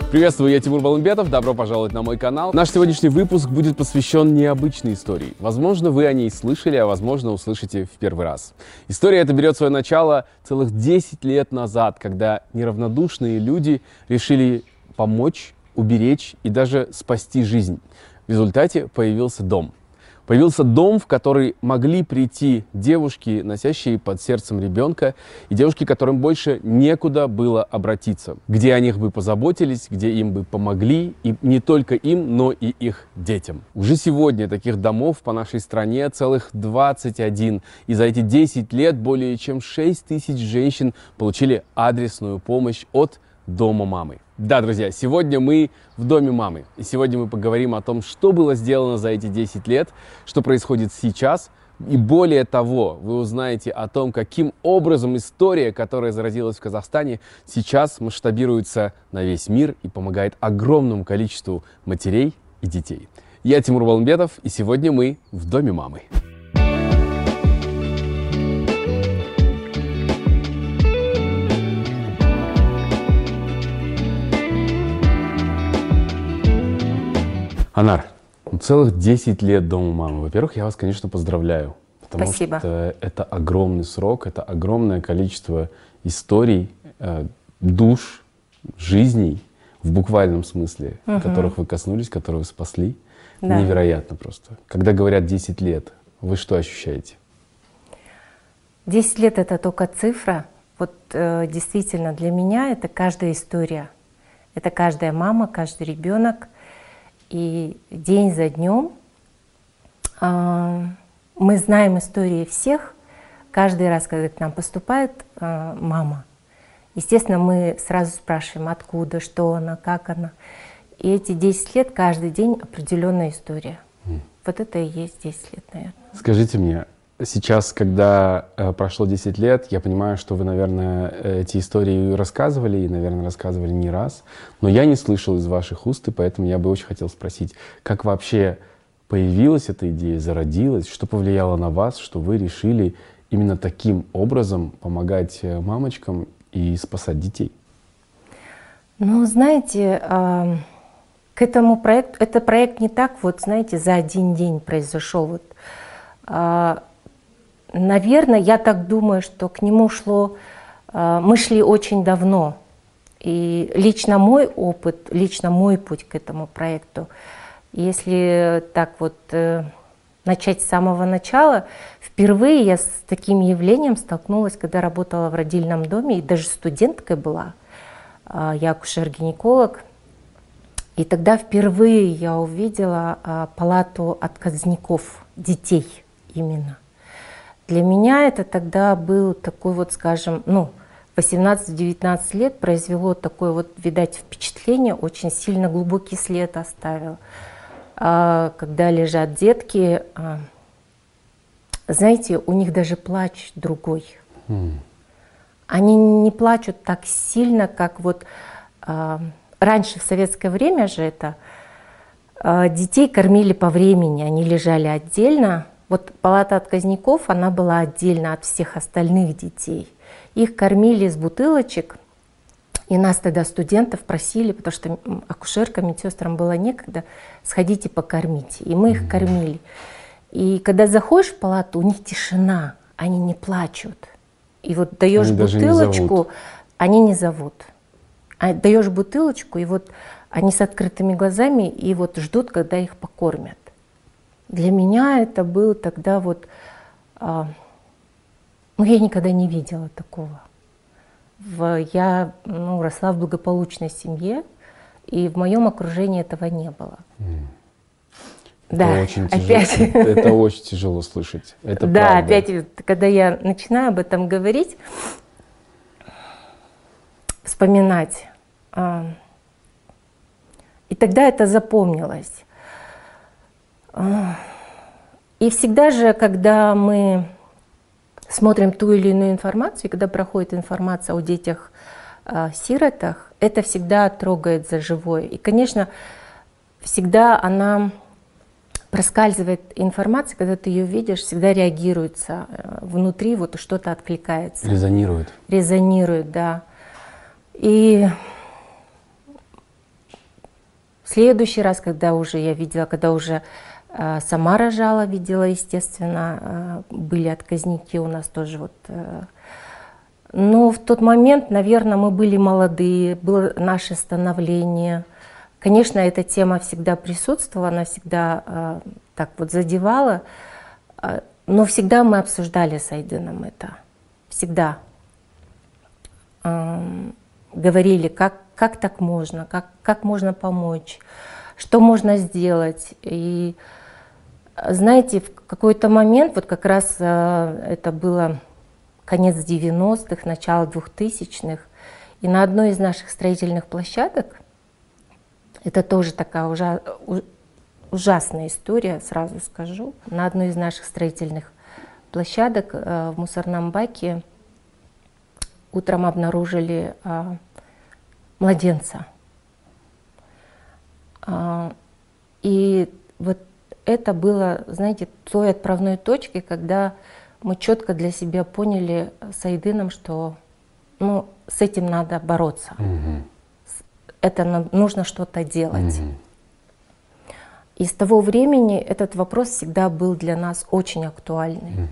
Приветствую, я Тимур Балымбетов, добро пожаловать на мой канал. Наш сегодняшний выпуск будет посвящен необычной истории. Возможно, вы о ней слышали, а возможно, услышите в первый раз. История эта берет свое начало целых 10 лет назад, когда неравнодушные люди решили помочь, уберечь и даже спасти жизнь. В результате появился дом. Появился дом, в который могли прийти девушки, носящие под сердцем ребенка, и девушки, которым больше некуда было обратиться, где о них бы позаботились, где им бы помогли, и не только им, но и их детям. Уже сегодня таких домов по нашей стране целых 21, и за эти 10 лет более чем 6 тысяч женщин получили адресную помощь от Дома мамы. Да, друзья, сегодня мы в Доме мамы. И сегодня мы поговорим о том, что было сделано за эти 10 лет, что происходит сейчас. И более того, вы узнаете о том, каким образом история, которая зародилась в Казахстане, сейчас масштабируется на весь мир и помогает огромному количеству матерей и детей. Я Тимур Балымбетов, и сегодня мы в Доме мамы. Анар, целых 10 лет Дома мамы. Во-первых, я вас, конечно, поздравляю. Потому Спасибо. что это огромный срок, это огромное количество историй, душ, жизней, в буквальном смысле, которых вы коснулись, которые вы спасли. Да. Невероятно просто. Когда говорят 10 лет, вы что ощущаете? 10 лет — это только цифра. Вот действительно для меня это каждая история. Это каждая мама, каждый ребенок. И день за днем мы знаем истории всех. Каждый раз, когда к нам поступает мама, естественно, мы сразу спрашиваем, откуда, что она, как она. И эти 10 лет, каждый день определенная история. Вот это и есть 10 лет, наверное. Скажите мне, сейчас, когда прошло 10 лет, я понимаю, что вы, наверное, эти истории рассказывали, и, наверное, рассказывали не раз, но я не слышал из ваших уст, и поэтому я бы очень хотел спросить, как вообще появилась эта идея, зародилась, что повлияло на вас, что вы решили именно таким образом помогать мамочкам и спасать детей? Ну, знаете, к этому проекту, этот проект не так вот, знаете, за один день произошел. Вот. Наверное, я так думаю, что к нему мы шли очень давно. И лично мой опыт, лично мой путь к этому проекту, если так вот начать с самого начала, впервые я с таким явлением столкнулась, когда работала в родильном доме, и даже студенткой была. Я акушер-гинеколог. И тогда впервые я увидела палату отказников, детей именно. Для меня это тогда был такой вот, скажем, 18-19 лет произвело такое вот, видать, впечатление, очень сильно глубокий след оставил. Когда лежат детки, знаете, у них даже плач другой. Они не плачут так сильно, как вот раньше в советское время же это детей кормили по времени, они лежали отдельно. Вот палата отказников, она была отдельно от всех остальных детей. Их кормили из бутылочек, и нас тогда, студентов, просили, потому что акушеркам, медсестрам было некогда, сходите покормите. И мы их кормили. И когда заходишь в палату, у них тишина, они не плачут. И вот даешь бутылочку, они не зовут. А даешь бутылочку, и вот они с открытыми глазами, и вот ждут, когда их покормят. Для меня это было тогда вот, я никогда не видела такого. Я росла в благополучной семье, и в моем окружении этого не было. Да, опять. Это очень тяжело слышать. Это да, правда. Опять, когда я начинаю об этом говорить, вспоминать, и тогда это запомнилось. И всегда же, когда мы смотрим ту или иную информацию, когда проходит информация о детях-сиротах, это всегда трогает за живое. И, конечно, всегда она проскальзывает информация, когда ты ее видишь, всегда реагируется внутри, вот что-то откликается. Резонирует. Резонирует, да. И В следующий раз, когда уже я видела, когда уже сама рожала, видела, естественно, были отказники у нас тоже вот. Но в тот момент, наверное, мы были молодые, было наше становление. Конечно, эта тема всегда присутствовала, она всегда так вот задевала, но всегда мы обсуждали с Айдыном это. Всегда. Говорили, как так можно, как можно помочь, что можно сделать. И знаете, в какой-то момент, вот как раз это было конец 90-х, начало 2000-х, и на одной из наших строительных площадок, это тоже такая ужасная история, сразу скажу, на одной из наших строительных площадок в мусорном баке утром обнаружили младенца. И вот это было, знаете, той отправной точкой, когда мы четко для себя поняли с Айдыном, что ну, с этим надо бороться. Это нужно что-то делать. И с того времени этот вопрос всегда был для нас очень актуальный.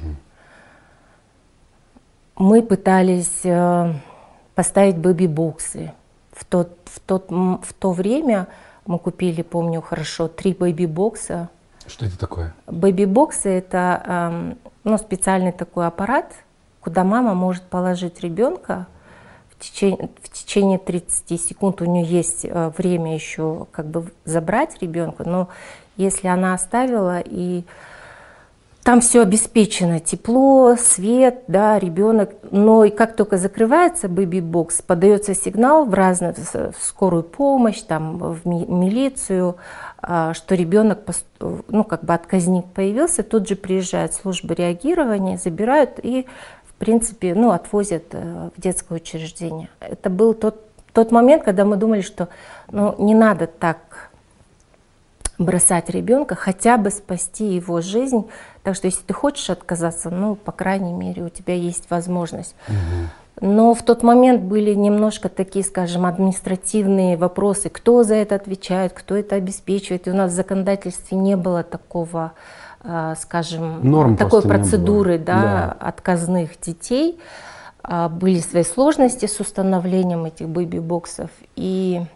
Мы пытались поставить бэби-боксы. В то время мы купили, помню хорошо, 3 бэби-бокса. Что это такое? Бэби-боксы — это ну, специальный такой аппарат, куда мама может положить ребенка в течение 30 секунд. У нее есть время еще как бы забрать ребенка, но если она оставила, и там все обеспечено, тепло, свет, да, ребенок, но и как только закрывается бэби-бокс, подается сигнал в скорую помощь, там, в милицию, что ребенок, ну, как бы отказник появился, тут же приезжает служба реагирования, забирают и, в принципе, ну, отвозят в детское учреждение. Это был тот момент, когда мы думали, что ну, не надо так бросать ребенка, хотя бы спасти его жизнь. Так что если ты хочешь отказаться, ну, по крайней мере, у тебя есть возможность. Но в тот момент были немножко такие, скажем, административные вопросы, кто за это отвечает, кто это обеспечивает. И у нас в законодательстве не было такого, скажем, норм такой процедуры, да, отказных детей. Были свои сложности с установлением этих бэби-боксов. И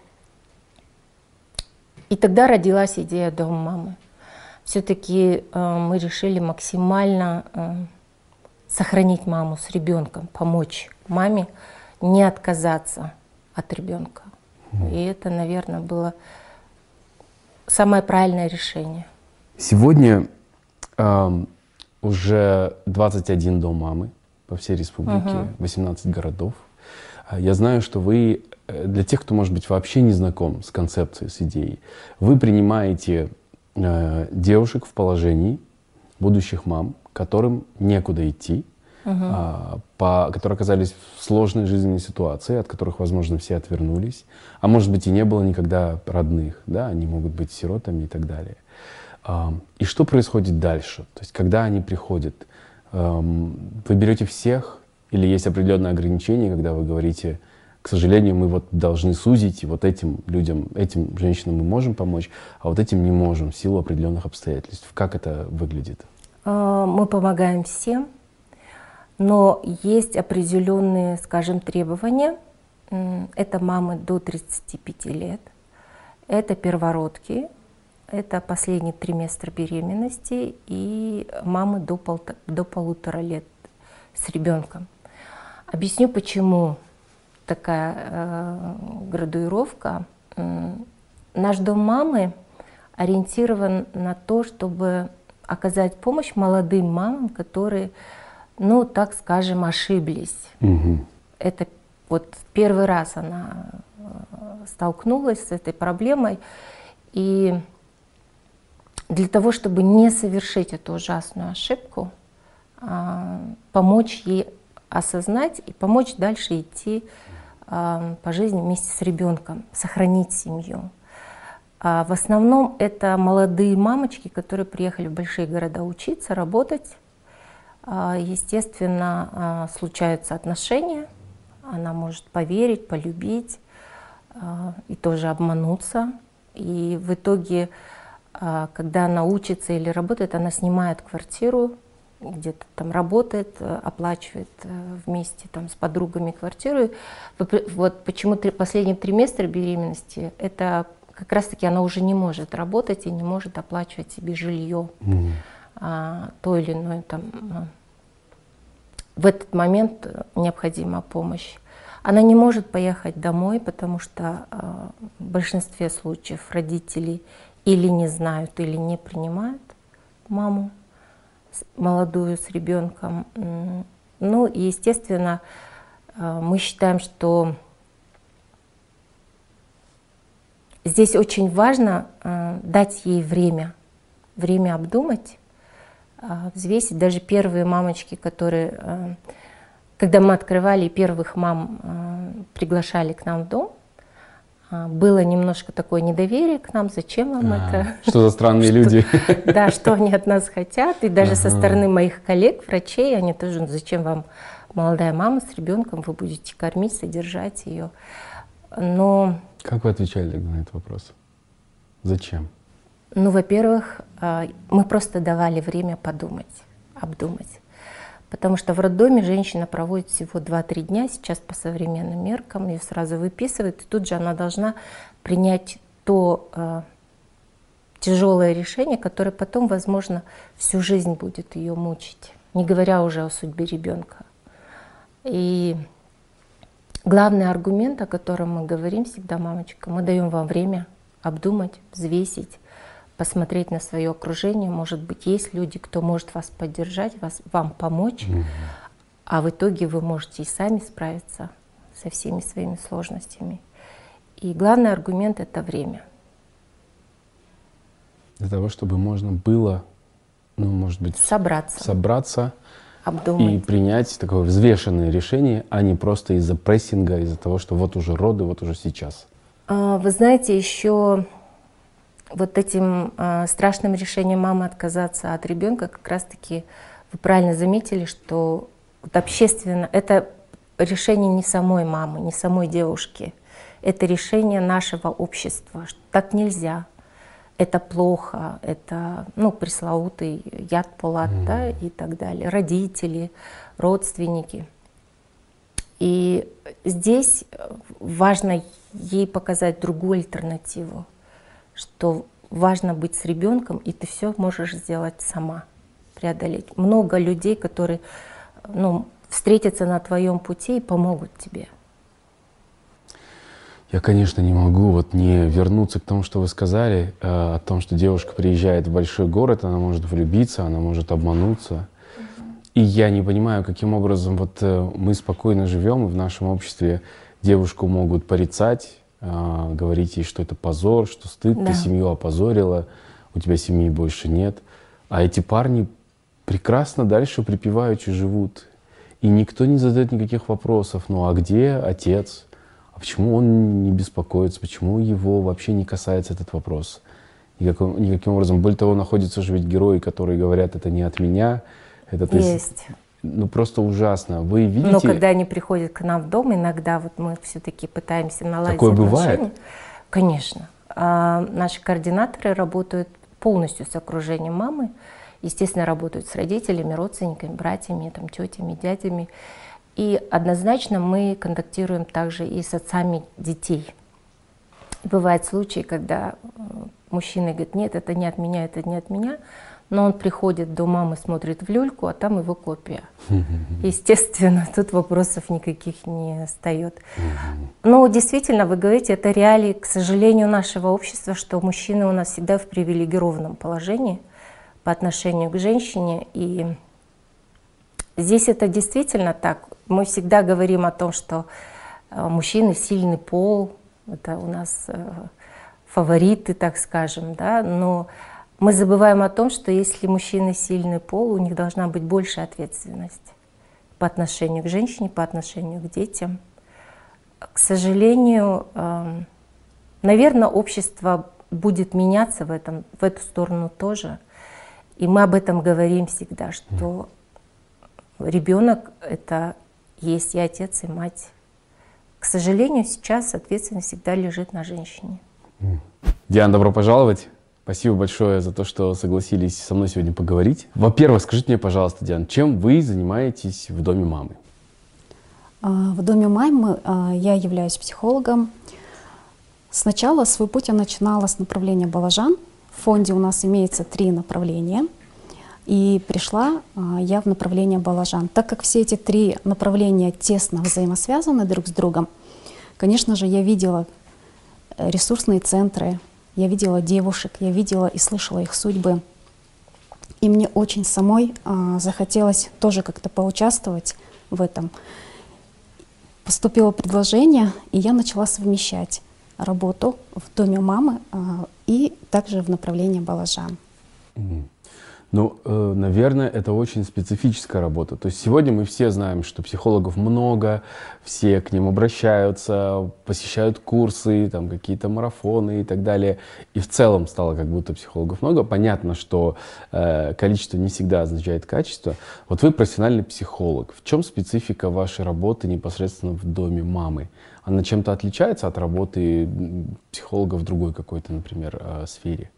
тогда родилась идея Дома мамы. Все-таки мы решили максимально сохранить маму с ребенком, помочь маме не отказаться от ребенка. И это, наверное, было самое правильное решение. Сегодня уже 21 дом мамы по всей республике, 18 городов. Я знаю, что вы, для тех, кто, может быть, вообще не знаком с концепцией, с идеей, вы принимаете девушек в положении, будущих мам, которым некуда идти, которые оказались в сложной жизненной ситуации, от которых, возможно, все отвернулись, а может быть и не было никогда родных, да, они могут быть сиротами и так далее. И что происходит дальше? То есть, когда они приходят, вы берете всех или есть определенные ограничения, когда вы говорите, к сожалению, мы вот должны сузить, и вот этим людям, этим женщинам мы можем помочь, а вот этим не можем в силу определенных обстоятельств. Как это выглядит? Мы помогаем всем, но есть определенные, скажем, требования. Это мамы до 35 лет, это первородки, это последний триместр беременности и мамы до 1,5 лет с ребенком. Объясню, почему такая градуировка. Наш Дом мамы ориентирован на то, чтобы оказать помощь молодым мамам, которые, ну, так скажем, ошиблись. Это вот первый раз она столкнулась с этой проблемой. И для того, чтобы не совершить эту ужасную ошибку, помочь ей осознать и помочь дальше идти по жизни вместе с ребенком, сохранить семью. В основном это молодые мамочки, которые приехали в большие города учиться, работать. Естественно, случаются отношения, она может поверить, полюбить и тоже обмануться. И в итоге, когда она учится или работает, она снимает квартиру, где-то там работает, оплачивает вместе там с подругами квартиру. Вот почему последний триместр беременности, это как раз-таки она уже не может работать и не может оплачивать себе жилье, то или иное там. В этот момент необходима помощь. Она не может поехать домой, потому что в большинстве случаев родители или не знают, или не принимают маму молодую с ребенком. Ну и, естественно, мы считаем, что здесь очень важно дать ей время обдумать, взвесить. Даже первые мамочки, которые, когда мы открывали, первых мам приглашали к нам в дом, было немножко такое недоверие к нам, зачем вам это? Что за странные люди? Да, что они от нас хотят. И даже со стороны моих коллег, врачей, они тоже, зачем вам молодая мама с ребенком, вы будете кормить, содержать ее. Но... Как вы отвечали тогда на этот вопрос? Зачем? Ну, во-первых, мы просто давали время подумать, обдумать. Потому что в роддоме женщина проводит всего 2-3 дня, сейчас по современным меркам, ее сразу выписывают, и тут же она должна принять то тяжелое решение, которое потом, возможно, всю жизнь будет ее мучить, не говоря уже о судьбе ребенка. И главный аргумент, о котором мы говорим всегда, мамочка, мы даем вам время обдумать, взвесить, посмотреть на свое окружение. Может быть, есть люди, кто может вас поддержать, вам помочь, а в итоге вы можете и сами справиться со всеми своими сложностями. И главный аргумент — это время. Для того, чтобы можно было, ну, может быть, собраться обдумать. И принять такое взвешенное решение, а не просто из-за прессинга, из-за того, что вот уже роды, вот уже сейчас. Вы знаете, еще вот этим страшным решением мамы отказаться от ребенка, как раз-таки вы правильно заметили, что вот общественно это решение не самой мамы, не самой девушки, это решение нашего общества, что так нельзя, это плохо, это, ну, пресловутый яд полат, да, и так далее, родители, родственники. И здесь важно ей показать другую альтернативу, что важно быть с ребенком, и ты все можешь сделать сама, преодолеть. Много людей, которые, ну, встретятся на твоем пути и помогут тебе. Я, конечно, не могу вот не вернуться к тому, что вы сказали, о том, что девушка приезжает в большой город, она может влюбиться, она может обмануться. И я не понимаю, каким образом вот мы спокойно живем, и в нашем обществе девушку могут порицать, говорить ей, что это позор, что стыд, Да. Ты семью опозорила, у тебя семьи больше нет. А эти парни прекрасно дальше припеваючи живут. И никто не задает никаких вопросов. Ну а где отец? А почему он не беспокоится? Почему его вообще не касается этот вопрос? Никаким образом. Более того, находятся же ведь герои, которые говорят, это не от меня. Это Есть. Ну просто ужасно. Вы видите... Но когда они приходят к нам в дом, иногда вот мы все-таки пытаемся наладить Такое отношения. бывает? Конечно. Наши координаторы работают полностью с окружением мамы. Естественно, работают с родителями, родственниками, братьями, там, тетями, дядями. И однозначно мы контактируем также и с отцами детей. Бывают случаи, когда мужчина говорит, нет, это не от меня, это не от меня. Но он приходит до мамы, смотрит в люльку, а там его копия. Естественно, тут вопросов никаких не встает. Но действительно, вы говорите, это реалии, к сожалению, нашего общества, что мужчины у нас всегда в привилегированном положении по отношению к женщине. И здесь это действительно так. Мы всегда говорим о том, что мужчины — сильный пол, это у нас фавориты, так скажем, да, но мы забываем о том, что если мужчины сильный пол, у них должна быть больше ответственность по отношению к женщине, по отношению к детям. К сожалению, наверное, общество будет меняться в эту сторону тоже. И мы об этом говорим всегда, что ребенок — это есть и отец, и мать. К сожалению, сейчас ответственность всегда лежит на женщине. Диана, добро пожаловать. Спасибо большое за то, что согласились со мной сегодня поговорить. Во-первых, скажите мне, пожалуйста, Диана, чем вы занимаетесь в доме мамы? В доме мамы я являюсь психологом. Сначала свой путь я начинала с направления Балажан. В фонде у нас имеется 3 направления. И пришла я в направление Балажан. Так как все эти 3 направления тесно взаимосвязаны друг с другом, конечно же, я видела ресурсные центры, я видела девушек, я видела и слышала их судьбы. И мне очень самой захотелось тоже как-то поучаствовать в этом. Поступило предложение, и я начала совмещать работу в доме мамы и также в направлении Балажан. Ну, наверное, это очень специфическая работа. То есть сегодня мы все знаем, что психологов много, все к ним обращаются, посещают курсы, там какие-то марафоны и так далее. И в целом стало как будто психологов много. Понятно, что количество не всегда означает качество. Вот вы профессиональный психолог. В чем специфика вашей работы непосредственно в доме мамы? Она чем-то отличается от работы психолога в другой какой-то, например, сфере?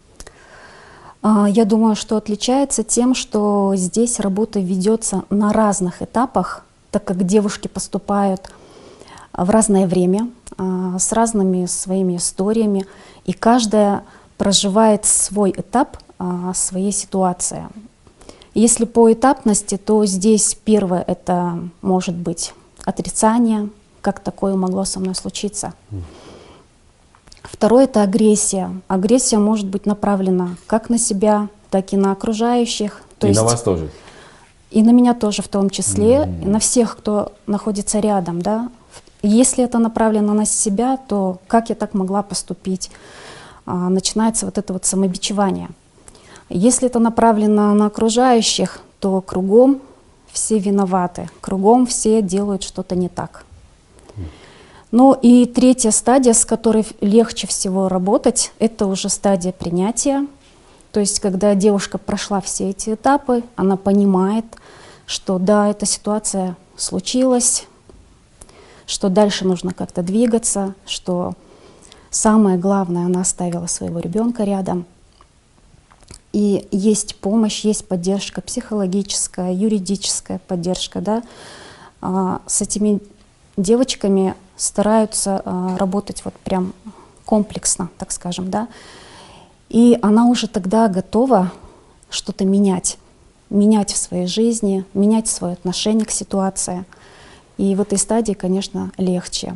Я думаю, что отличается тем, что здесь работа ведется на разных этапах, так как девушки поступают в разное время, с разными своими историями, и каждая проживает свой этап своей ситуации. Если по этапности, то здесь первое — это может быть отрицание, как такое могло со мной случиться. Второе — это агрессия. Агрессия может быть направлена как на себя, так и на окружающих. То есть на вас тоже? И на меня тоже в том числе, и на всех, кто находится рядом. Да? Если это направлено на себя, то как я так могла поступить? Начинается вот это вот самобичевание. Если это направлено на окружающих, то кругом все виноваты, кругом все делают что-то не так. Ну и третья стадия, с которой легче всего работать, это уже стадия принятия. То есть когда девушка прошла все эти этапы, она понимает, что да, эта ситуация случилась, что дальше нужно как-то двигаться, что самое главное, она оставила своего ребенка рядом. И есть помощь, есть поддержка психологическая, юридическая поддержка. Да? С этими девочками стараются работать вот прям комплексно, так скажем, да. И она уже тогда готова что-то менять в своей жизни, менять свое отношение к ситуации. И в этой стадии, конечно, легче.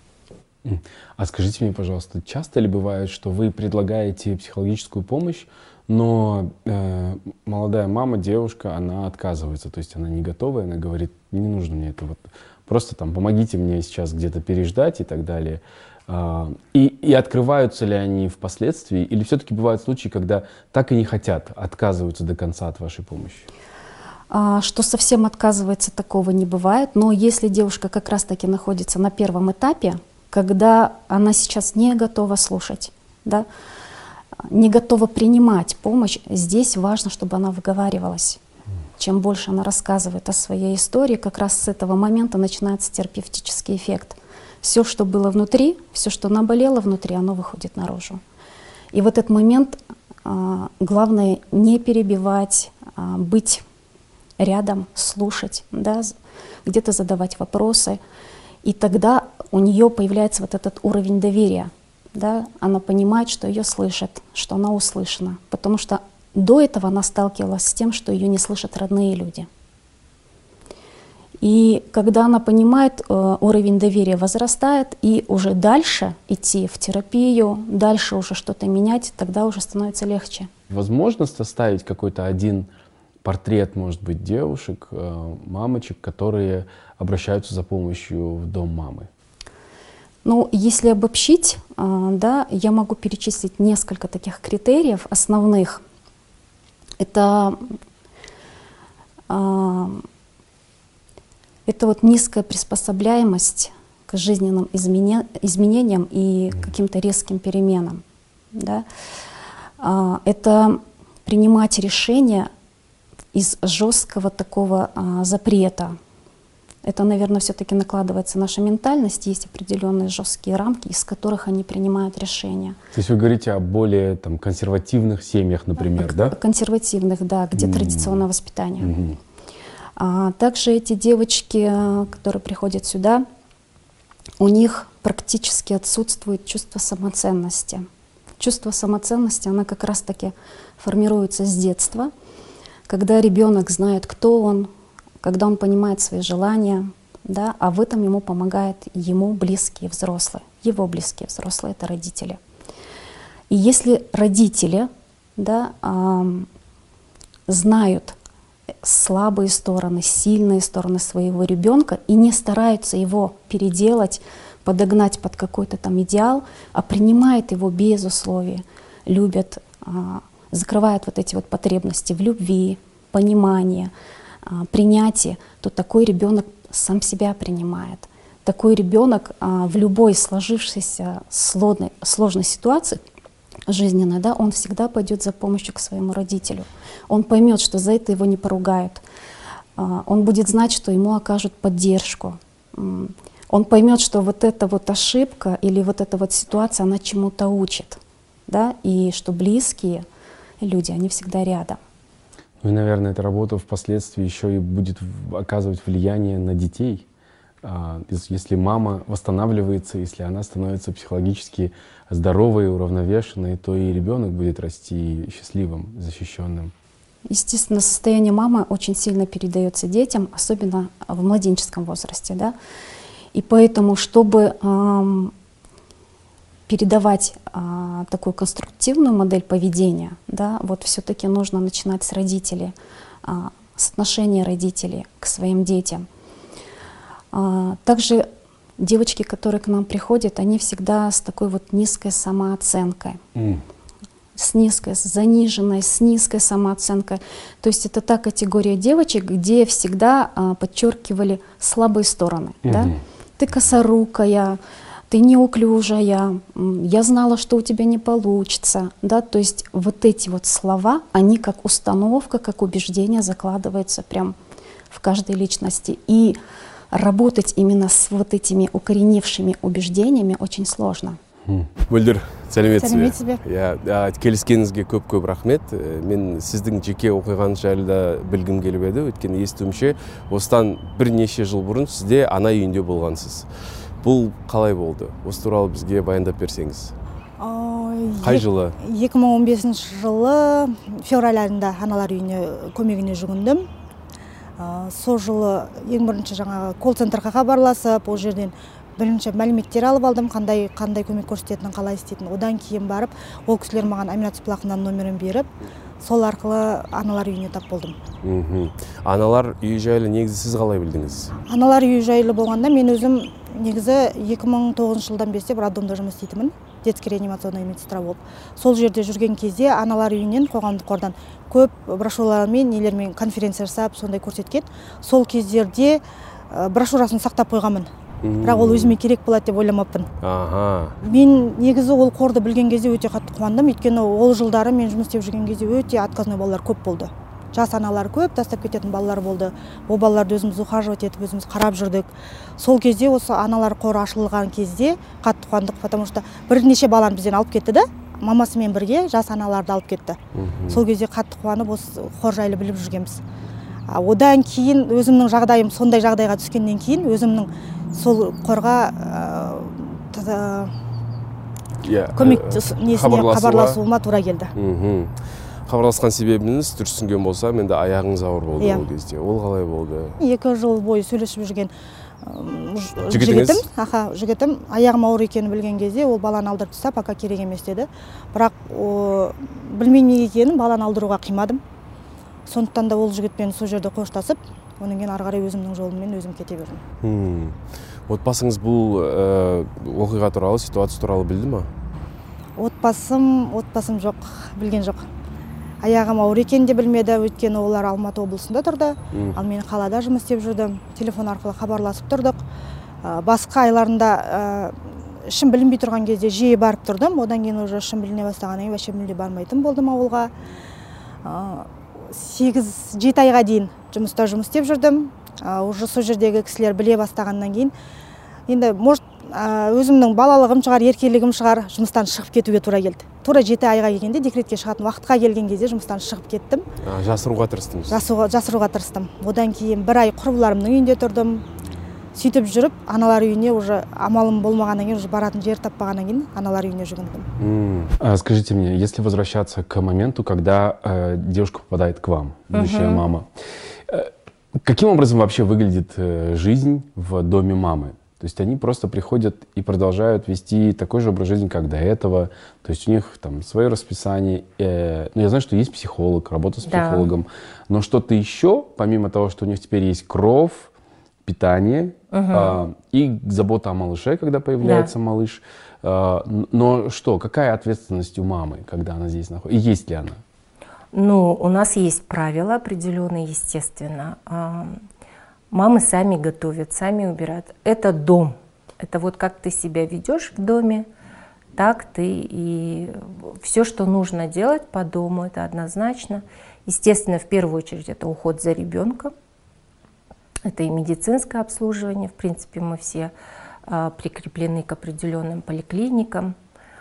А скажите мне, пожалуйста, часто ли бывает, что вы предлагаете психологическую помощь, но молодая мама, девушка, она отказывается, то есть она не готова, она говорит, не нужно мне это, вот, просто там помогите мне сейчас где-то переждать и так далее. И открываются ли они впоследствии, или все-таки бывают случаи, когда так и не хотят, отказываются до конца от вашей помощи? Что совсем отказывается, такого не бывает, но если девушка как раз-таки находится на первом этапе, когда она сейчас не готова слушать, да, не готова принимать помощь, здесь важно, чтобы она выговаривалась. Чем больше она рассказывает о своей истории, как раз с этого момента начинается терапевтический эффект. Все, что было внутри, все, что наболело внутри, оно выходит наружу. И в этот момент главное не перебивать, быть рядом, слушать, да, где-то задавать вопросы. И тогда у нее появляется вот этот уровень доверия. Да? Она понимает, что ее слышат, что она услышана. Потому что до этого она сталкивалась с тем, что ее не слышат родные люди. И когда она понимает, уровень доверия возрастает, и уже дальше идти в терапию, дальше уже что-то менять, тогда уже становится легче. Возможно составить какой-то один портрет, может быть, девушек, мамочек, которые обращаются за помощью в дом мамы? Ну, если обобщить, да, я могу перечислить несколько таких критериев основных. Это вот низкая приспособляемость к жизненным изменениям и каким-то резким переменам. Да? Это принимать решения из жесткого такого запрета. Это, наверное, все-таки накладывается наша ментальность, есть определенные жесткие рамки, из которых они принимают решения. То есть вы говорите о более там, консервативных семьях, например, да? Консервативных, да, где традиционное воспитание. Также эти девочки, которые приходят сюда, у них практически отсутствует чувство самоценности. Чувство самоценности, оно как раз-таки формируется с детства, когда ребенок знает, кто он, когда он понимает свои желания, да, а в этом ему помогают ему близкие взрослые. Его близкие взрослые — это родители. И если родители, да, знают слабые стороны, сильные стороны своего ребенка и не стараются его переделать, подогнать под какой-то там идеал, а принимают его без условий, любят, закрывают вот эти вот потребности в любви, понимании, принятии, то такой ребенок сам себя принимает. Такой ребенок в любой сложившейся сложной ситуации жизненной, да, он всегда пойдет за помощью к своему родителю. Он поймет, что за это его не поругают. Он будет знать, что ему окажут поддержку. Он поймет, что вот эта вот ошибка или вот эта вот ситуация, она чему-то учит, да, и что близкие люди, они всегда рядом. Ну и, наверное, эта работа впоследствии еще и будет оказывать влияние на детей. Если мама восстанавливается, если она становится психологически здоровой, уравновешенной, то и ребенок будет расти счастливым, защищенным. Естественно, состояние мамы очень сильно передается детям, особенно в младенческом возрасте, да. И поэтому, чтобы передавать такую конструктивную модель поведения, да, вот все-таки нужно начинать с родителей, с отношения родителей к своим детям. Также девочки, которые к нам приходят, они всегда с такой вот низкой самооценкой, с заниженной, с низкой самооценкой. То есть это та категория девочек, где всегда подчеркивали слабые стороны. Да? Ты косорукая, ты неуклюжая, я знала, что у тебя не получится. Да? То есть вот эти вот слова, они как установка, как убеждение закладываются прям в каждой личности. И работать именно с вот этими укоренившими убеждениями очень сложно. Мөлдір, сәлеметсіз бе? Келіскеніңізге көп рахмет. Мен сіздің жеке оқиғаңыз жайлы да білгім келіп еді. Өйткені естуімше, осыдан бірнеше жыл бұрын сізде ана үйінде болғансыз. Бұл қалай болды? Осы туралы бізге баяндап берсеңіз. Қай жылы? 2015 жылы февраль айында аналар үйіне көмегіне жүгіндім. Сол жылы ең бірінші жаңағы колл-центрға хабарласып, ол жерден бірінші мәліметтер алып алдым, қандай көмек көрсететінін, қалай істейтінін. Одан кейін барып, ол кісілер маған Аминат Сыплақовнаның нөмірін беріп, сол арқылы аналар үйіне тап болдым. Аналар үйі жайлы негізі сіз қалай білдіңіз? Аналар үйі жайлы болғанда мен өзім негізі 2009 жылдан бері роддомда жұмыс істейтінмін, детский реанимационный медсестра болып. Сол жерде жүрген кезде аналар үйінен, қоғамдық қордан көп брошюралармен, нелермен конференция жасап, сондай көрсеткен. Сол кездерде брошюрасын сақтап қойғанмын. Бірақ ол өзіме керек болады деп ойламаппын. Мен негізі ол қорды білген кезде өте қатты қуандым, өйткені ол жылдары мен жұмыс істеп жүрген кезде өте отказной балалар көп болды. Жас аналар көп, тастап кететін балалар болды. Ол балаларды өзіміз ухаживать етіп, өзіміз қарап жүрдік. Сол кезде осы аналар қоры ашылған кезде қатты қуандық, потому что бірнеше баланы бізден алып кетті да, мамасымен бірге жас аналарды алып кетті. Сол кезде қатты қуанып, осы қор жайлы біліп жүргенбіз. Одан кейін өзімнің жағдайым сондай жағдайға түскеннен кейін өзімнің сол қорға көмек несіне хабарласуыма тура келді. Хабарласқан себебіңіз түсінген болса, менде аяғыңыз ауыр болды ол кезде. Ол қалай болды? 2 жыл бойы сөйлесіп жүрген жігітім аяғым ауыр екенін білген кезде ол баланы алдырып тастап, пока керек емес деді. Бірақ білмеймін екенін баланы алдыруға қимадым. Сондықтан да ол жігітпен сол жерде қоштасып, онан кейін ары қарай өзімнің жолыммен өзім кете бердім. Отбасыңыз бұл оқиға туралы, ситуация туралы білді ме? Отбасым жоқ, білген жоқ. Аяғым ауыр екенін де білмеді, өйткені олар Алматы облысында тұрды, ал мен қалада жұмыс істеп жүрдім. Телефон арқылы хабарласып тұрдық. Басқа айларында ішім білінбей тұрған кезде жиі барып тұрдым. Одан кейін уже ішім біліне бастағаннан кейін вообще мүлде бармайтын болдым ауылға. 8-7 айға дейін жұмыста жұмыс істеп жүрдім. уже сол жердегі кісілер біле бастағаннан кейін енді может өзімнің балалығым шығар, еркелігім шығар, жұмыстан шығып кетуге тура келді. Тура 7 айға келгенде, декретке шығатын уақытқа келген кезде жұмыстан шығып кеттім. Жасыруға тырыстыңыз? Жасыруға тырыстым. Одан кейін 1 ай құрбыларымның үйінде тұрдым. Сөйтіп жүріп, аналар үйіне уже амалым болмағаннан кейін, уже баратын жер таппағаннан кейін аналар үйіне жүгіндім. Скажите мне, если возвращаться к моменту, когда девушка попадает к вам, будущая мама, каким образом вообще выглядит жизнь в доме мамы? То есть они просто приходят и продолжают вести такой же образ жизни, как до этого. То есть у них там свое расписание. Ну, я знаю, что есть психолог, работа с психологом. Но что-то еще, помимо того, что у них теперь есть кров, питание и забота о малыше, когда появляется малыш. Но что, какая ответственность у мамы, когда она здесь находится? И есть ли она? Ну, у нас есть правила определенные, естественно. Мамы сами готовят, сами убирают. Это дом. Это вот как ты себя ведешь в доме, так ты и все, что нужно делать по дому, это однозначно. Естественно, в первую очередь это уход за ребенком. Это и медицинское обслуживание. В принципе, мы все прикреплены к определенным поликлиникам.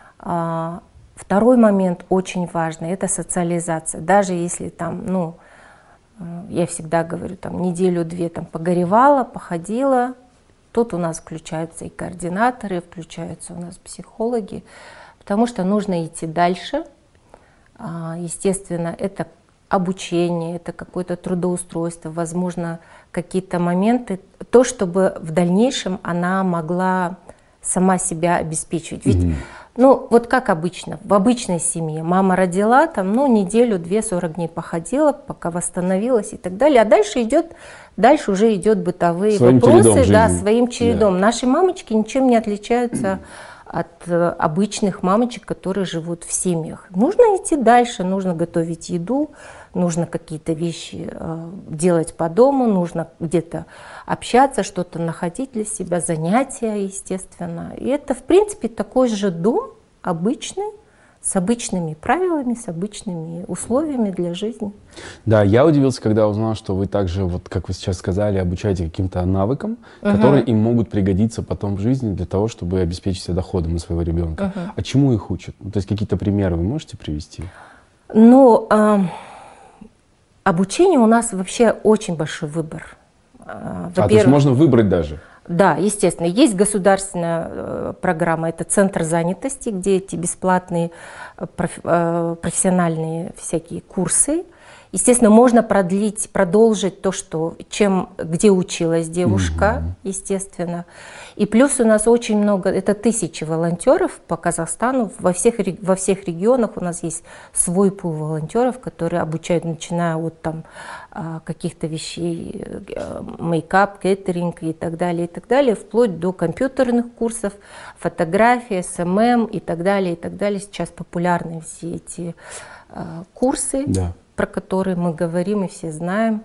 Второй момент очень важный – это социализация. Даже если там, ну, я всегда говорю, там неделю-две там погоревала, походила, тут у нас включаются и координаторы, включаются у нас психологи, потому что нужно идти дальше. Естественно, это обучение, это какое-то трудоустройство, возможно, какие-то моменты, то, чтобы в дальнейшем она могла сама себя обеспечивать. Ведь, ну, вот как обычно, в обычной семье мама родила, там, ну, неделю-две, 40 дней походила, пока восстановилась и так далее, а дальше уже идет бытовые вопросы, да, своим чередом. Да. Наши мамочки ничем не отличаются от обычных мамочек, которые живут в семьях. Нужно идти дальше, нужно готовить еду, нужно какие-то вещи делать по дому, нужно где-то общаться, что-то находить для себя, занятия, естественно. И это, в принципе, такой же дом обычный, с обычными правилами, с обычными условиями для жизни. Да, я удивился, когда узнал, что вы также, вот как вы сейчас сказали, обучаете каким-то навыкам, которые им могут пригодиться потом в жизни для того, чтобы обеспечить себя доходом на своего ребенка. А чему их учат? Ну, то есть какие-то примеры вы можете привести? Ну, обучение у нас вообще очень большой выбор. То есть можно выбрать даже? Да, естественно. Есть государственная программа, это центр занятости, где эти бесплатные профессиональные всякие курсы. Естественно, можно продолжить то, где училась девушка, естественно. И плюс у нас очень много, это 1000 волонтеров по Казахстану, во всех регионах у нас есть свой пул волонтеров, которые обучают, начиная от там каких-то вещей, мейкап, кейтеринг и так далее, вплоть до компьютерных курсов, фотографии, СММ и так далее, и так далее. Сейчас популярны все эти курсы. Да. Про которые мы говорим и все знаем.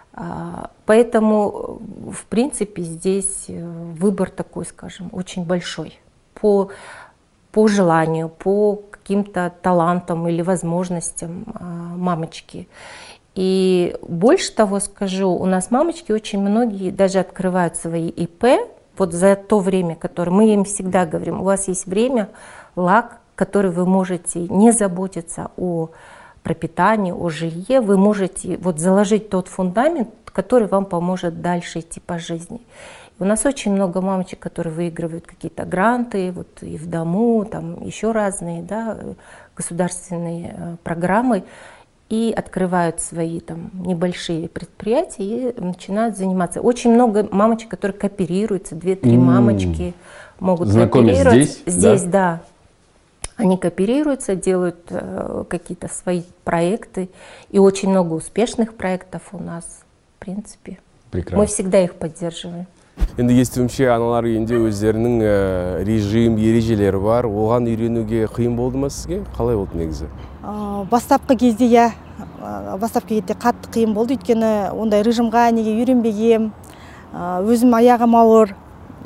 Поэтому, в принципе, здесь выбор такой, скажем, очень большой. По желанию, по каким-то талантам или возможностям мамочки. И больше того скажу, у нас мамочки очень многие даже открывают свои ИП. Вот за то время, которое мы им всегда говорим, у вас есть время, лак, который вы можете не заботиться о пропитании, о жилье, вы можете вот заложить тот фундамент, который вам поможет дальше идти по жизни. У нас очень много мамочек, которые выигрывают какие-то гранты, вот и в дому, там еще разные, да, государственные программы, и открывают свои там небольшие предприятия и начинают заниматься. Очень много мамочек, которые кооперируются, 2-3 мамочки могут кооперироваться. Здесь, да. Они кооперируются, делают какие-то свои проекты, и очень много успешных проектов у нас, в принципе. Прекрасно. Мы всегда их поддерживаем. Енді естуімше аналар үйінде өздерінің режим, ережелері бар. Оған үйренуге қиын болды ма сізге? Қалай болды негізі? Бастапқы кезде қатты қиын болды, өйткені ондай режимға неге үйренбегем, өзім аяғым ауыр.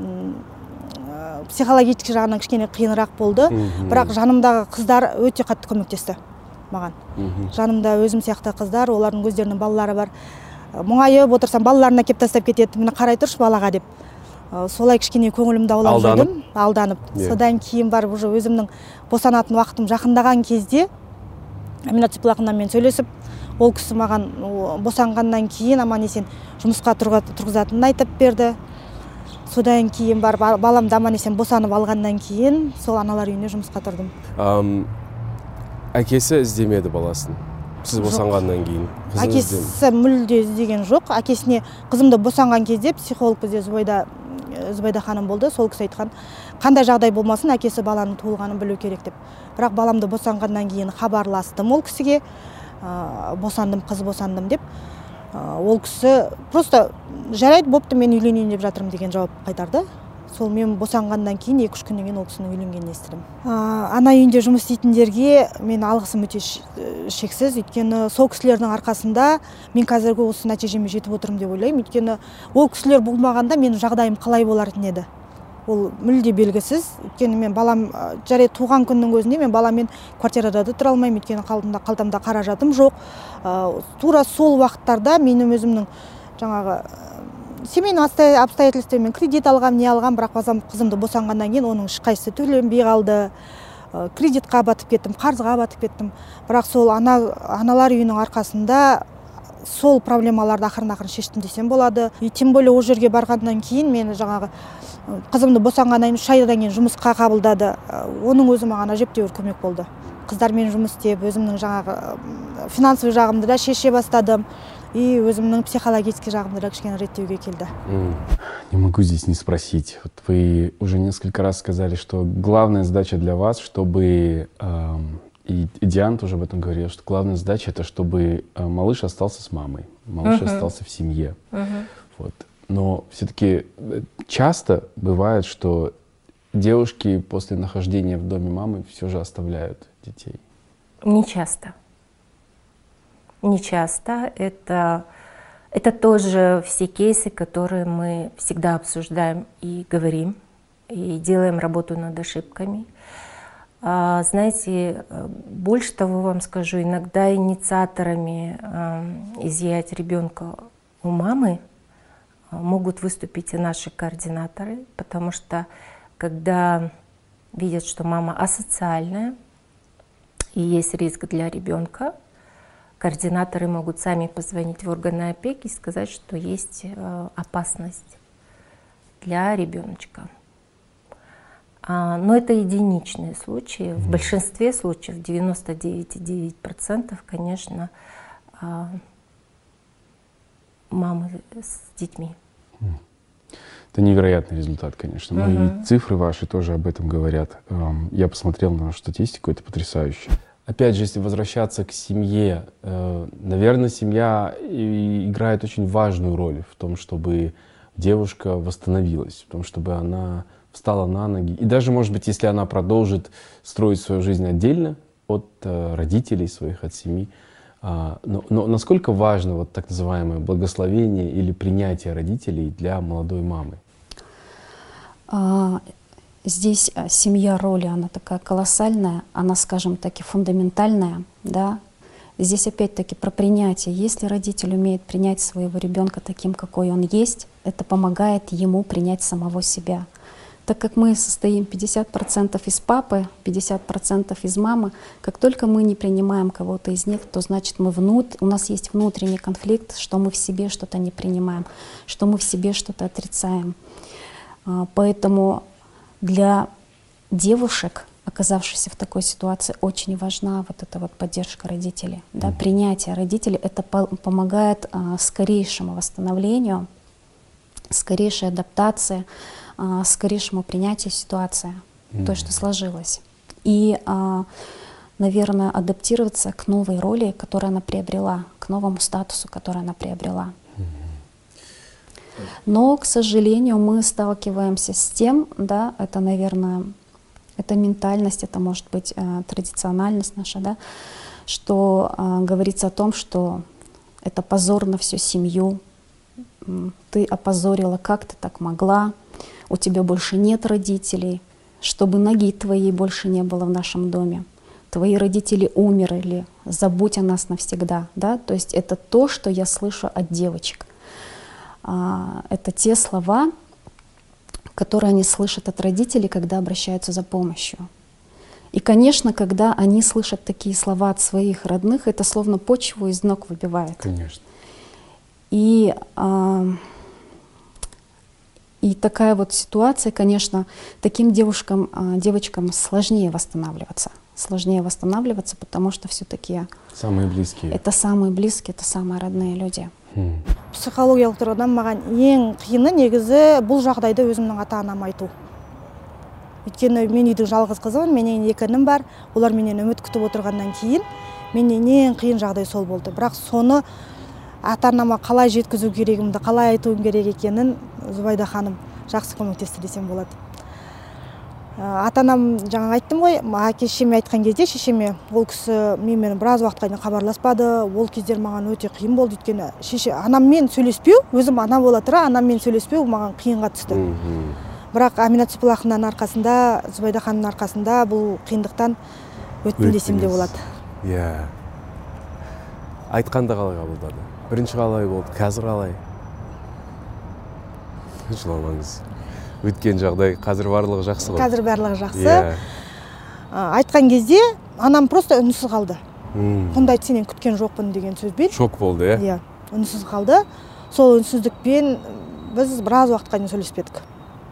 Психологический жағынан кішкене қиынырақ болды, бірақ жанымдағы қыздар өте қатты көмектесті маған. Жанымда өзім сияқты қыздар, олардың өздерінің балалары бар. мұңайып отырсам балаларына кеп тастап кетеді, міне қарай тұршы балаға деп. Солай кішкене көңілімді аулап жүрдім, алданып. Содан кейін барып уже өзімнің босанатын уақытым жақындаған кезде Аминат Сыпылақовнамен мен сөйлесіп, ол кісі маған босанғаннан кейін аман-есен жұмысқа тұрғызатынын айтып берді. Содан кейін барып баламды аман-есен босанып алғаннан кейін сол аналар үйіне жұмысқа тұрдым. Әкесі іздемеді баласын. Сіз босанғаннан кейін. Әкесі мүлде іздеген жоқ. Әкесіне қызымды босанған кезде психолог бізде Зубайда ханым болды. Сол кісі айтқан, қандай жағдай болмасын, әкесі баланың туылғанын білу керек деп. Бірақ баламды босанғаннан кейін хабарластым ол кісіге. Босандым, қыз босандым деп. Ол кісі просто жарайды, бопты, мен үйленейін деп жатырмын деген жауап қайтарды. Сол мен босанғаннан кейін 2-3 күннен кейін ол кісінің үйленгенін естідім. Ана үйінде жұмыс істейтіндерге мен алғысым өте шексіз. Өйткені сол кісілердің арқасында мен қазіргі осы нәтижеме жетіп отырмын деп ойлаймын. Өйткені ол кісілер болмағанда менің жағдайым қалай болатын еді. Ол мүлде белгісіз. Өйткені мен балам жарайды туған күннің өзінде мен баламен квартирада да тұра алмаймын. Өйткені қалтамда қаражатым жоқ. Тура сол уақыттарда менің өзімнің жаңағы семейный обстоятельствомен кредит алғам, не алғам, бірақ қызымды босанғаннан кейін оның ешқайсысы төленбей қалды. Кредитқа батып кеттім, қарызға батып кеттім. Бірақ сол аналар үйінің арқасында сол проблемаларды ақырын-ақырын шештім десем болады. И тем более ол жерге барғаннан кейін мен жаңағы қызымды босанғаннан кейін 3 айдан кейін жұмысқа қабылдады. Оның өзі маған әжептәуір көмек болды. Қыздармен жұмыс істеп, өзімнің жаңағы финансовый жағымды да шеше бастадым. И өзімнің психологический жағымды да кішкене реттеуге келді. Не могу здесь не спросить. Вот вы уже несколько раз сказали, что главная задача для вас, чтобы, и Диана тоже об этом говорила, что главная задача это чтобы малыш остался с мамой, малыш остался в семье. Вот. Но все-таки часто бывает, что девушки после нахождения в доме мамы все же оставляют детей. Не часто. Не часто. Это тоже все кейсы, которые мы всегда обсуждаем и говорим, и делаем работу над ошибками. Знаете, больше того вам скажу, иногда инициаторами изъятия ребенка у мамы могут выступить и наши координаторы, потому что когда видят, что мама асоциальная и есть риск для ребенка, координаторы могут сами позвонить в органы опеки и сказать, что есть опасность для ребеночка. Но это единичные случаи. В большинстве случаев, 99,9%, конечно, мамы с детьми. Это невероятный результат, конечно. Ну и цифры ваши тоже об этом говорят. Я посмотрел на нашу статистику, это потрясающе. Опять же, если возвращаться к семье, наверное, семья играет очень важную роль в том, чтобы девушка восстановилась, в том, чтобы она встала на ноги. И даже, может быть, если она продолжит строить свою жизнь отдельно от родителей своих, от семьи, но насколько важно вот так называемое благословение или принятие родителей для молодой мамы? Здесь семья, роли, она такая колоссальная, она, скажем так, и фундаментальная, да. Здесь опять-таки про принятие. Если родитель умеет принять своего ребенка таким, какой он есть, это помогает ему принять самого себя. Так как мы состоим 50% из папы, 50% из мамы, как только мы не принимаем кого-то из них, то значит у нас есть внутренний конфликт, что мы в себе что-то не принимаем, что мы в себе что-то отрицаем. Поэтому для девушек, оказавшихся в такой ситуации, очень важна вот эта вот поддержка родителей. Да, принятие родителей, это помогает скорейшему восстановлению, скорейшей адаптации, скорейшему принятию ситуации, то, что сложилось. И, наверное, адаптироваться к новой роли, которую она приобрела, к новому статусу, который она приобрела. Но, к сожалению, мы сталкиваемся с тем, да, это, наверное, это ментальность, это может быть традициональность наша, да, что говорится о том, что это позор на всю семью, ты опозорила, как ты так могла, у тебя больше нет родителей, чтобы ноги твоей больше не было в нашем доме, твои родители умерли, забудь о нас навсегда, да, то есть это то, что я слышу от девочек. Это те слова, которые они слышат от родителей, когда обращаются за помощью. И, конечно, когда они слышат такие слова от своих родных, это словно почву из ног выбивает. Конечно. И такая вот ситуация, конечно, таким девочкам сложнее восстанавливаться. Сложнее восстанавливаться, потому что все-таки Самые близкие. это самые близкие, это самые родные люди. Психологиялық тұрғыдан маған ең қиыны негізі бұл жағдайды өзімнің ата-анама айту. Өйткені мен үйдің жалғыз қызымын, менен 2 інім бар, олар менен үміт күтіп отырғаннан кейін менен ең қиын жағдай сол болды. Бірақ соны ата-анама қалай жеткізу керегімді, қалай айтуым керек екенін Зубайда ханым жақсы көмектесті десем болады. Ата-анам жаңа айттым ғой, әке-шешеме айтқан кезде шешеме ол кісі менімен біраз уақытқа дейін хабарласпады. Ол кездер маған өте қиын болды, өйткені анаммен сөйлеспеу, өзім ана бола тұра анаммен сөйлеспеу маған қиынға түсті. Бірақ Аминат Сыпылақованың арқасында, Зубайда ханымның арқасында бұл қиындықтан өттім десем де болады. Иә. Айтқанда қалай қабылдады? Бірінші қалай болды, қазір қалай? Жыламаңыз. Өткен жағдай, қазір барлығы жақсы ғой. Қазір барлығы жақсы. Айтқан кезде анам просто үнсіз қалды. Бұндайды сенен күткен жоқпын деген сөзбен. Шок болды, иә? Иә, үнсіз қалды. Сол үнсіздікпен біз біраз уақытқа дейін сөйлеспедік.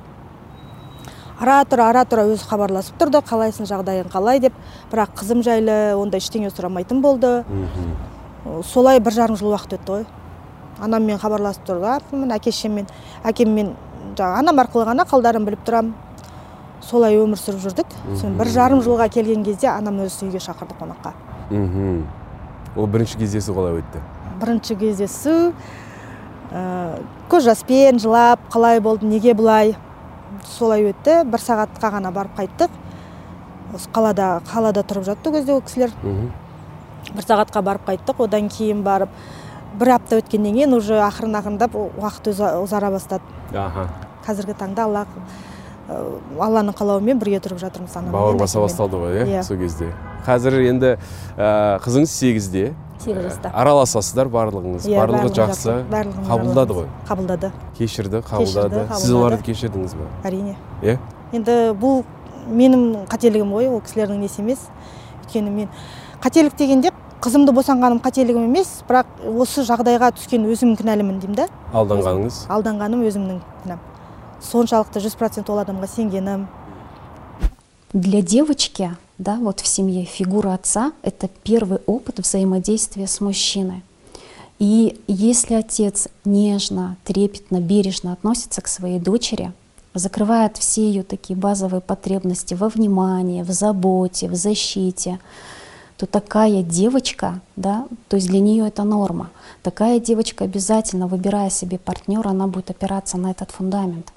Ара-тұра өзі хабарласып тұрды, қалайсың, жағдайың қалай деп. Бірақ қызым жайлы ондай ештеңе сұрамайтын болды. Солай 1,5 жыл уақыт өтті ғой. Анаммен хабарласып тұрды, әкеммен анам арқылы ғана қалдарын біліп тұрам. Солай өмір сүріп жүрдік. 1,5 жылға келген кезде анам өзі үйге шақырды қонаққа. Ол бірінші кездесу қалай өтті? Бірінші кездесу көз жаспен жылап, қалай болды, неге бұлай? Солай өтті. 1 сағатқа ғана барып қайттық. Қалада тұрып жатты кезде ол кісілер. 1 сағатқа барып қайттық. Одан кейін барып 1 апта өткеннен кейін уже ақырындап уақыт ұзара бастады. Қазіргі таңда Алланың қалауымен бірге тұрып жатырмыз. Бауыр баса басталды ғой, иә, сол кезде. Қазір енді қызыңыз 8-де. 8 жаста. Араласасыздар барлығыңыз. Барлығы жақсы. Қабылдады ғой. Қабылдады. Кешірді, қабылдады. Сіз оларды кешірдіңіз бе? Әрине. Иә? Енді бұл менің қателігім ғой, ол кісілердің несі емес. Өйткені мен қателік дегенде қызымды босанғаным қателігім емес, бірақ осы жағдайға түскен өзім кінәлімін деймін да. Алданғаныңыз? Алданғаным өзімнің кінәм. Соншалықты 100% ол адамға сенгенім. Для девочки, да, вот в семье фигура отца – это первый опыт взаимодействия с мужчиной. И если отец нежно, трепетно, бережно относится к своей дочери, закрывает все ее такие базовые потребности во внимании, в заботе, в защите, то такая девочка, да, то есть для нее это норма, такая девочка обязательно, выбирая себе партнера, она будет опираться на этот фундамент.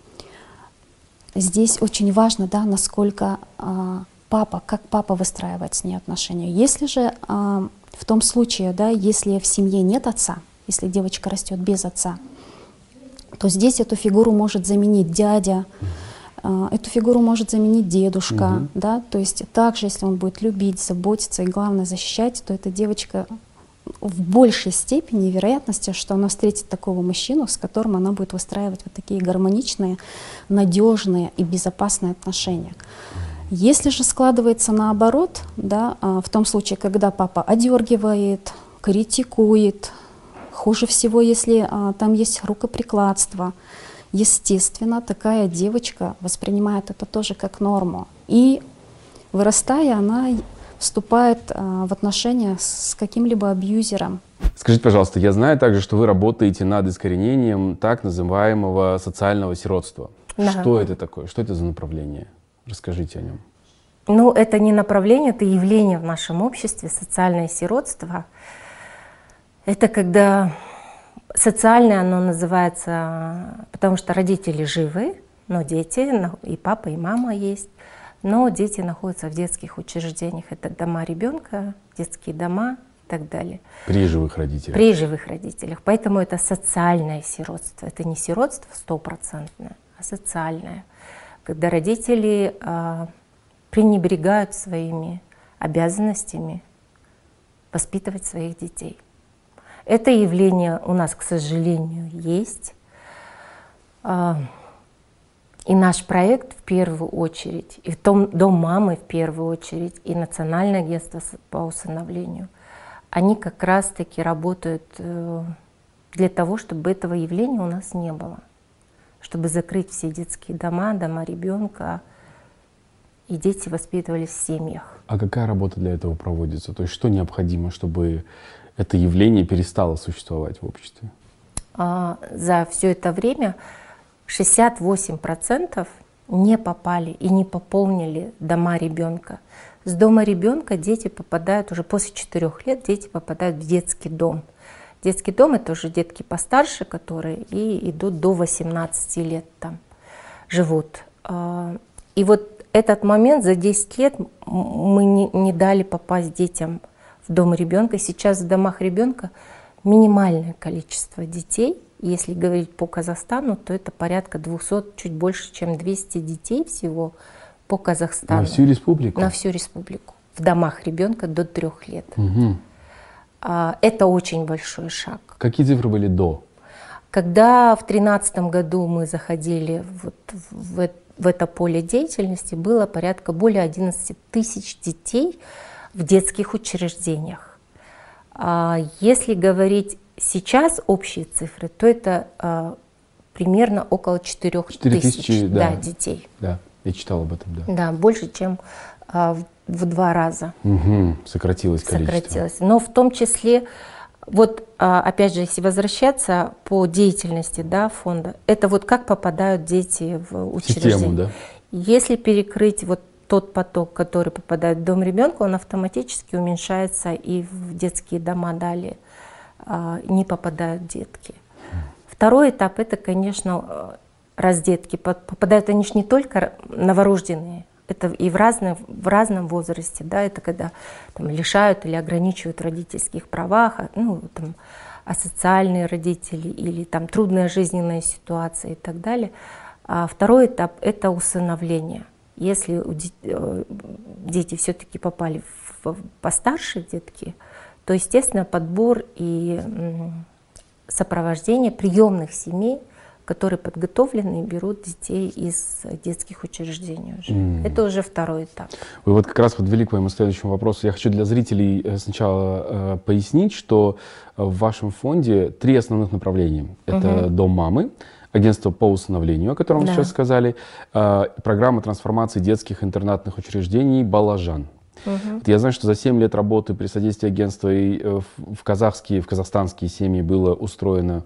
Здесь очень важно, да, насколько как папа выстраивает с ней отношения. Если же в том случае, да, если в семье нет отца, если девочка растет без отца, то здесь эту фигуру может заменить дядя, эту фигуру может заменить дедушка, да, то есть также, если он будет любить, заботиться и, главное, защищать, то эта девочка в большей степени вероятности, что она встретит такого мужчину, с которым она будет выстраивать вот такие гармоничные, надежные и безопасные отношения. Если же складывается наоборот, да, в том случае, когда папа одергивает, критикует, хуже всего, если там есть рукоприкладство, естественно, такая девочка воспринимает это тоже как норму. И вырастая, она вступает в отношения с каким-либо абьюзером. Скажите, пожалуйста, я знаю также, что вы работаете над искоренением так называемого социального сиротства. Да. Что это такое? Что это за направление? Расскажите о нем. Ну, это не направление, это явление в нашем обществе, социальное сиротство. Это когда социальное оно называется, потому что родители живы, но дети, и папа, и мама есть, но дети находятся в детских учреждениях. Это дома ребенка, детские дома и так далее. При живых родителях. При живых родителях. Поэтому это социальное сиротство. Это не сиротство 100%, а социальное. Когда родители пренебрегают своими обязанностями воспитывать своих детей. Это явление у нас, к сожалению, есть. И наш проект в первую очередь, и Дом мамы в первую очередь, и Национальное агентство по усыновлению, они как раз-таки работают для того, чтобы этого явления у нас не было. Чтобы закрыть все детские дома, дома ребенка, и дети воспитывались в семьях. А какая работа для этого проводится? То есть что необходимо, чтобы это явление перестало существовать в обществе? За все это время 68% не попали и не пополнили дома ребенка. С дома ребенка дети попадают уже после 4 лет, дети попадают в детский дом. Детский дом — это уже детки постарше, которые и идут до 18 лет там живут. И вот этот момент за 10 лет мы не дали попасть детям в дом ребенка. Сейчас в домах ребенка минимальное количество детей. Если говорить по Казахстану, то это порядка 200, чуть больше, чем 200 детей всего по Казахстану. На всю республику? На всю республику. В домах ребенка до 3 лет. Угу. Это очень большой шаг. Какие цифры были до? Когда в 2013 году мы заходили вот в это поле деятельности, было порядка более 11 тысяч детей в детских учреждениях. Если говорить сейчас общие цифры, то это примерно около 4 тысяч детей. Да, я читал об этом, да. Да, больше, чем в 2 раза. Угу, сократилось количество. Сократилось. Но в том числе, вот опять же, если возвращаться по деятельности, да, фонда, это вот как попадают дети в учреждение. Систему, да? Если перекрыть вот тот поток, который попадает в дом ребенка, он автоматически уменьшается, и в детские дома далее не попадают детки. Второй этап — это, конечно, раздетки. Попадают они же не только новорожденные, это и в разном возрасте, да, это когда там лишают или ограничивают в родительских правах, ну, там, асоциальные родители или там трудная жизненная ситуация и так далее. А второй этап — это усыновление. Если дети все-таки попали в постарше детки, то, естественно, подбор и сопровождение приемных семей, которые подготовлены и берут детей из детских учреждений уже. Это уже второй этап. Вы вот как раз подвели к моему следующему вопросу. Я хочу для зрителей сначала пояснить, что в вашем фонде 3 основных направления. Это Дом мамы, агентство по усыновлению, о котором вы сейчас сказали, программа трансформации детских интернатных учреждений «Балажан». Я знаю, что за 7 лет работы при содействии агентства и в казахстанские семьи было устроено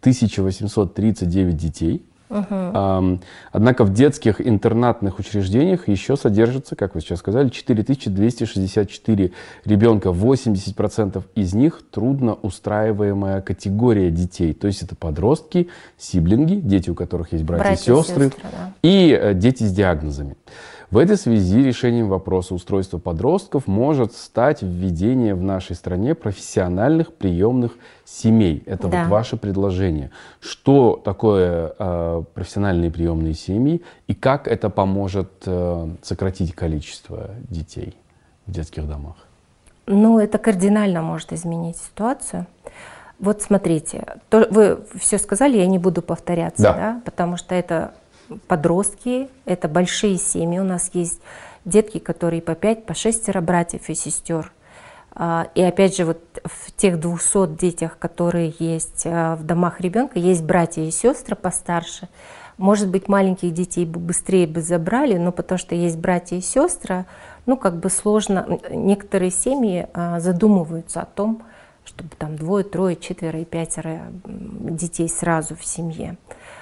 1839 детей. Однако в детских интернатных учреждениях еще содержится, как вы сейчас сказали, 4264 ребенка. 80% из них трудноустраиваемая категория детей. То есть это подростки, сиблинги, дети, у которых есть братья и сестры, да. И дети с диагнозами. В этой связи решением вопроса устройства подростков может стать введение в нашей стране профессиональных приемных семей. Это вот ваше предложение. Что такое профессиональные приемные семьи и как это поможет сократить количество детей в детских домах? Ну, это кардинально может изменить ситуацию. Вот смотрите, вы все сказали, я не буду повторяться, да, потому что это подростки, это большие семьи. У нас есть детки, которые по 5, по 6 братьев и сестер. И опять же, вот в тех 200 детях, которые есть в домах ребенка, есть братья и сестры постарше. Может быть, маленьких детей бы быстрее бы забрали, но потому что есть братья и сестры, ну, как бы сложно. Некоторые семьи задумываются о том, чтобы там 2, 3, 4 и 5 детей сразу в семье.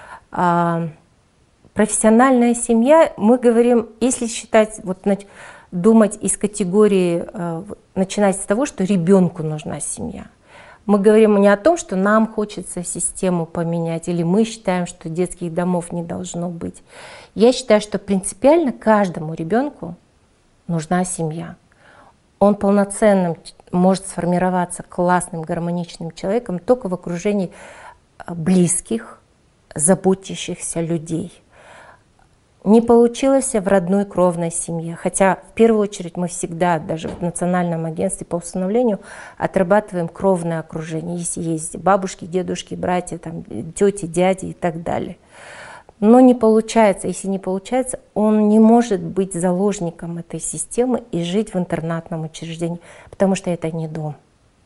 Профессиональная семья, мы говорим, если считать, вот, думать из категории, начинать с того, что ребенку нужна семья. Мы говорим не о том, что нам хочется систему поменять, или мы считаем, что детских домов не должно быть. Я считаю, что принципиально каждому ребенку нужна семья. Он полноценным может сформироваться классным, гармоничным человеком только в окружении близких, заботящихся людей. Не получилось в родной кровной семье. Хотя в первую очередь мы всегда, даже в Национальном агентстве по усыновлению, отрабатываем кровное окружение. Если есть бабушки, дедушки, братья, там, тети, дяди и так далее. Но не получается. Если не получается, он не может быть заложником этой системы и жить в интернатном учреждении, потому что это не дом.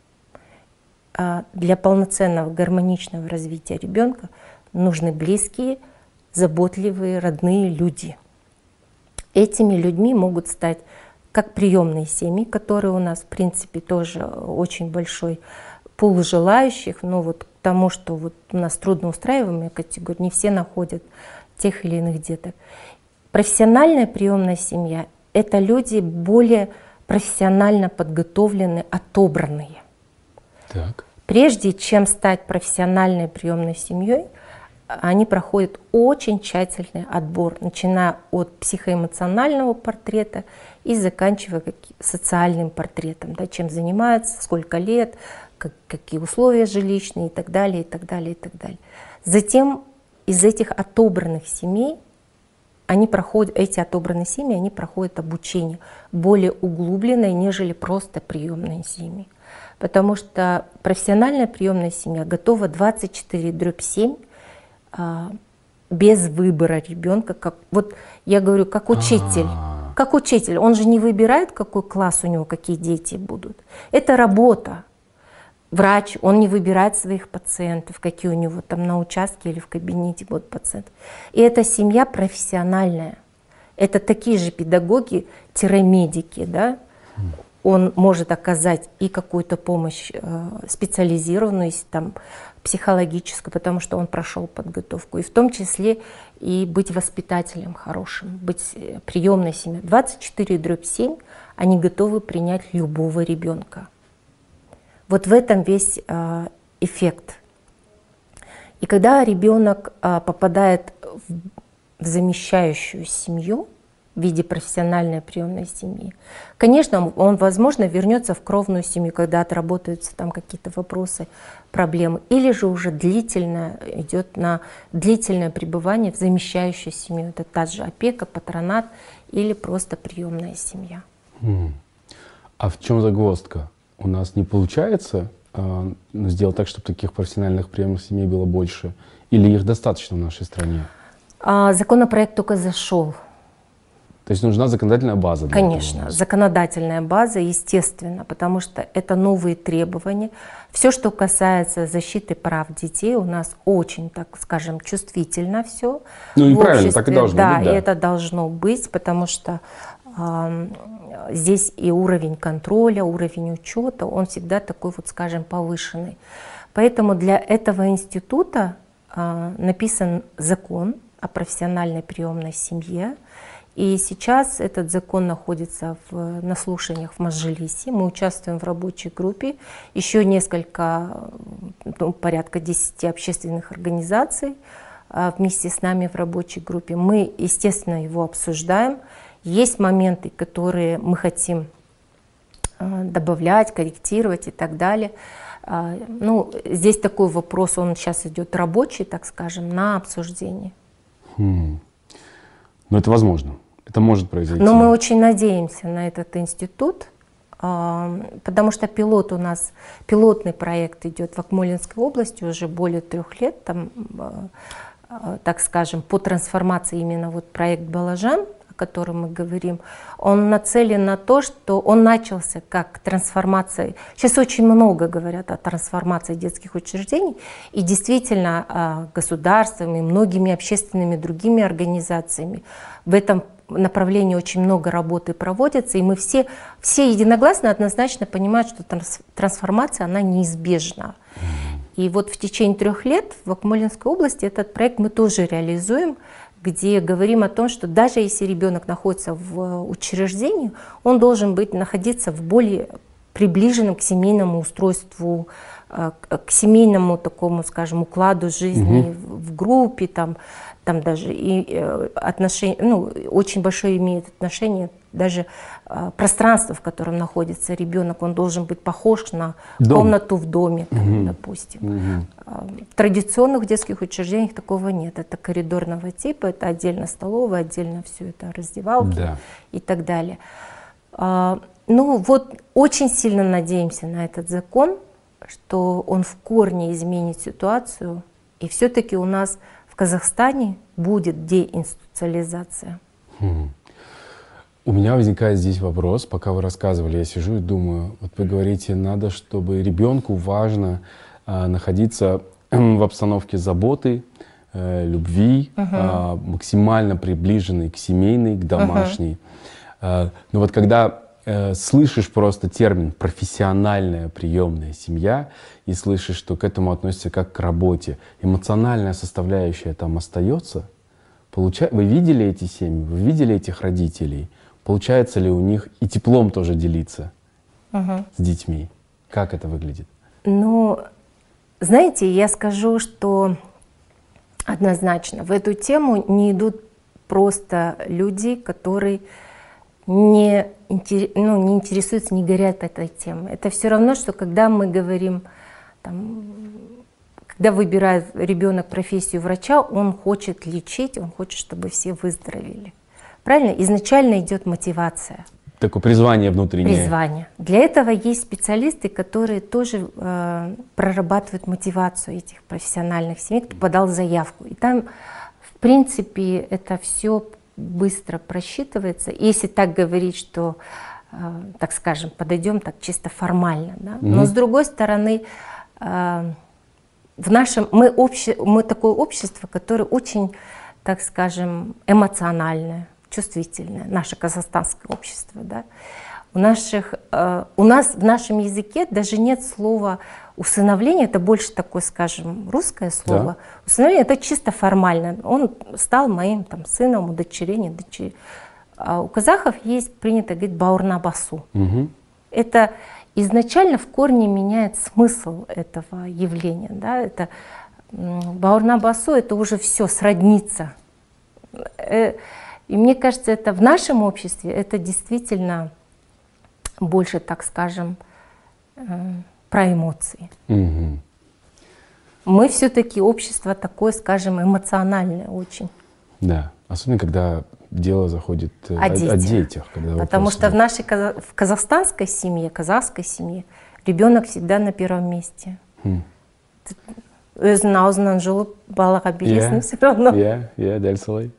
А для полноценного гармоничного развития ребенка нужны близкие, заботливые, родные люди. Этими людьми могут стать как приемные семьи, которые у нас, в принципе, тоже очень большой пул желающих, но вот к тому, что вот у нас трудноустраиваемая категория, не все находят тех или иных деток. Профессиональная приемная семья — это люди более профессионально подготовленные, отобранные. Так. Прежде чем стать профессиональной приемной семьей, они проходят очень тщательный отбор, начиная от психоэмоционального портрета и заканчивая социальным портретом, да, чем занимаются, сколько лет, какие условия жилищные и так далее, и так далее, и так далее. Затем из этих отобранных семей эти отобранные семьи, они проходят обучение более углубленное, нежели просто приемные семьи. Потому что профессиональная приемная семья готова 24/7 без выбора ребенка. Вот я говорю, как учитель. Как учитель. Он же не выбирает, какой класс у него, какие дети будут. Это работа. Врач, он не выбирает своих пациентов, какие у него там на участке или в кабинете будут пациенты. И эта семья профессиональная. Это такие же педагоги-медики, да? Он может оказать и какую-то помощь специализированную, если там психологическую, потому что он прошел подготовку, и в том числе и быть воспитателем хорошим, быть приемной семьей. 24/7 они готовы принять любого ребенка. Вот в этом весь эффект. И когда ребенок попадает в замещающую семью в виде профессиональной приемной семьи, конечно, он, возможно, вернется в кровную семью, когда отработаются там какие-то вопросы, проблемы, или же уже длительно идет на длительное пребывание в замещающую семью. Это та же опека, патронат или просто приемная семья. А в чем загвоздка? У нас не получается сделать так, чтобы таких профессиональных приемных семей было больше? Или их достаточно в нашей стране? Законопроект только зашел. То есть нужна законодательная база? Конечно, законодательная база, естественно, потому что это новые требования. Все, что касается защиты прав детей, у нас очень, так скажем, чувствительно все. Ну и правильно, так и должно быть. Да, и это должно быть, потому что здесь и уровень контроля, уровень учета, он всегда такой, вот, скажем, повышенный. Поэтому для этого института написан закон о профессиональной приемной семье. И сейчас этот закон находится на слушаниях в Маджлисе. Мы участвуем в рабочей группе. Еще несколько, порядка 10 общественных организаций вместе с нами в рабочей группе. Мы, естественно, его обсуждаем. Есть моменты, которые мы хотим добавлять, корректировать и так далее. Ну, здесь такой вопрос, он сейчас идет рабочий, так скажем, на обсуждение. Но это возможно, это может произойти. Но мы очень надеемся на этот институт, потому что пилотный проект идет в Акмолинской области уже более 3 лет, там, так скажем, по трансформации именно вот проект Балажан, о котором мы говорим, он нацелен на то, что он начался как трансформация. Сейчас очень много говорят о трансформации детских учреждений, и действительно государством и многими общественными другими организациями в этом направлении очень много работы проводится, и мы все единогласно, однозначно понимают, что трансформация, она неизбежна. И вот в течение 3 лет в Акмолинской области этот проект мы тоже реализуем, где говорим о том, что даже если ребенок находится в учреждении, он должен находиться в более приближенном к семейному устройству, к семейному такому, скажем, укладу жизни в группе, там даже и отношения, ну, очень большое имеет отношение даже пространство, в котором находится ребенок, он должен быть похож на Дом. комнату в доме, допустим. В традиционных детских учреждениях такого нет. Это коридорного типа, это отдельно столовая, отдельно все это раздевалки и так далее. Ну вот очень сильно надеемся на этот закон, что он в корне изменит ситуацию, и все-таки у нас в Казахстане будет деинституциализация. У меня возникает здесь вопрос, пока вы рассказывали, я сижу и думаю, вот вы говорите, надо, чтобы ребенку важно находиться в обстановке заботы, любви, максимально приближенной к семейной, к домашней. Но вот когда слышишь просто термин «профессиональная приемная семья» и слышишь, что к этому относится как к работе, эмоциональная составляющая там остается, вы видели эти семьи, вы видели этих родителей? Получается ли у них и теплом тоже делиться с детьми? Как это выглядит? Ну, знаете, я скажу, что однозначно в эту тему не идут просто люди, которые не интересуются, не горят этой темой. Это все равно, что когда мы говорим, там, когда выбирает ребенок профессию врача, он хочет лечить, он хочет, чтобы все выздоровели. Правильно? Изначально идет мотивация. Такое призвание внутреннее. Призвание. Для этого есть специалисты, которые тоже прорабатывают мотивацию этих профессиональных семей, кто подал заявку. И там, в принципе, это все быстро просчитывается. Если так говорить, что, так скажем, подойдем так чисто формально. Да? Но с другой стороны, мы такое общество, которое очень, так скажем, эмоциональное, чувствительное, наше казахстанское общество. Да? У нас в нашем языке даже нет слова усыновление, это больше такое, скажем, русское слово. Да. Усыновление это чисто формально. Он стал моим там, сыном, удочерение, дочерью. А у казахов есть принято говорить бауырна басу. Это изначально в корне меняет смысл этого явления. Да? Это бауырна басу это уже все сродниться. И мне кажется, это в нашем обществе это действительно больше, так скажем, про эмоции. Мы все-таки общество такое, скажем, эмоциональное очень. Да, особенно когда дело заходит о детях. Потому что в казахстанской семье, казахской семье ребенок всегда на первом месте. Өзін аузынан жұлып балаға бересің все равно. Дәл солай.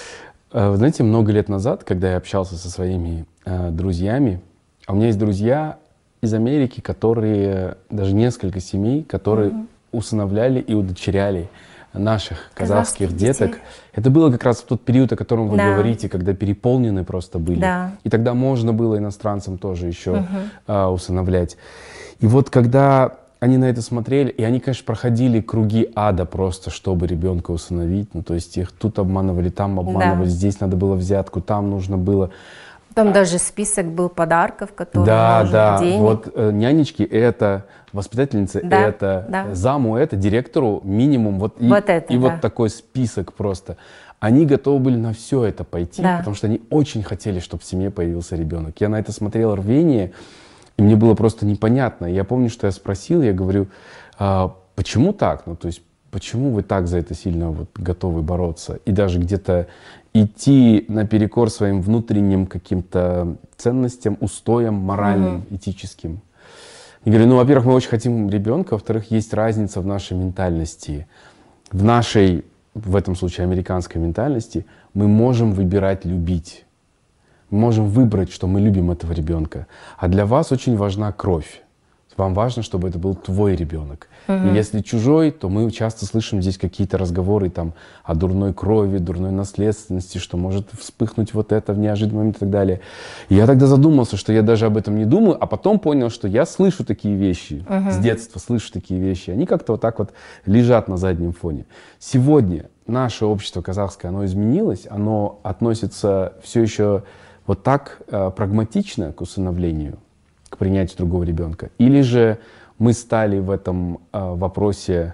Вы знаете, много лет назад, когда я общался со своими друзьями, а у меня есть друзья из Америки, которые, даже несколько семей, которые усыновляли и удочеряли наших казахских деток. Это было как раз в тот период, о котором вы говорите, когда переполнены просто были. И тогда можно было иностранцам тоже еще усыновлять. И вот когда они на это смотрели, и они, конечно, проходили круги ада просто, чтобы ребенка усыновить. Ну, то есть их тут обманывали, там обманывали, здесь надо было взятку, там нужно было. Там даже список был подарков, которые нужны, денег. Вот нянечки это, воспитательницы это, заму это, директору минимум. Вот такой список просто. Они готовы были на все это пойти, потому что они очень хотели, чтобы в семье появился ребенок. Я на это смотрел рвение, и мне было просто непонятно. Я помню, что я спросил, я говорю, почему так? Ну, то есть, почему вы так за это сильно вот готовы бороться? И даже где-то идти наперекор своим внутренним каким-то ценностям, устоям моральным, этическим. Я говорю, ну, во-первых, мы очень хотим ребенка, во-вторых, есть разница в нашей ментальности. В нашей, в этом случае, американской ментальности мы можем выбирать любить. Мы можем выбрать, что мы любим этого ребенка. А для вас очень важна кровь. Вам важно, чтобы это был твой ребенок. И если чужой, то мы часто слышим здесь какие-то разговоры там, о дурной крови, дурной наследственности, что может вспыхнуть вот это в неожиданный момент и так далее. И я тогда задумался, что я даже об этом не думаю, а потом понял, что я слышу такие вещи, с детства слышу такие вещи. Они как-то вот так вот лежат на заднем фоне. Сегодня наше общество казахское, оно изменилось, оно относится все еще вот так прагматично к усыновлению, к принятию другого ребенка? Или же мы стали в этом вопросе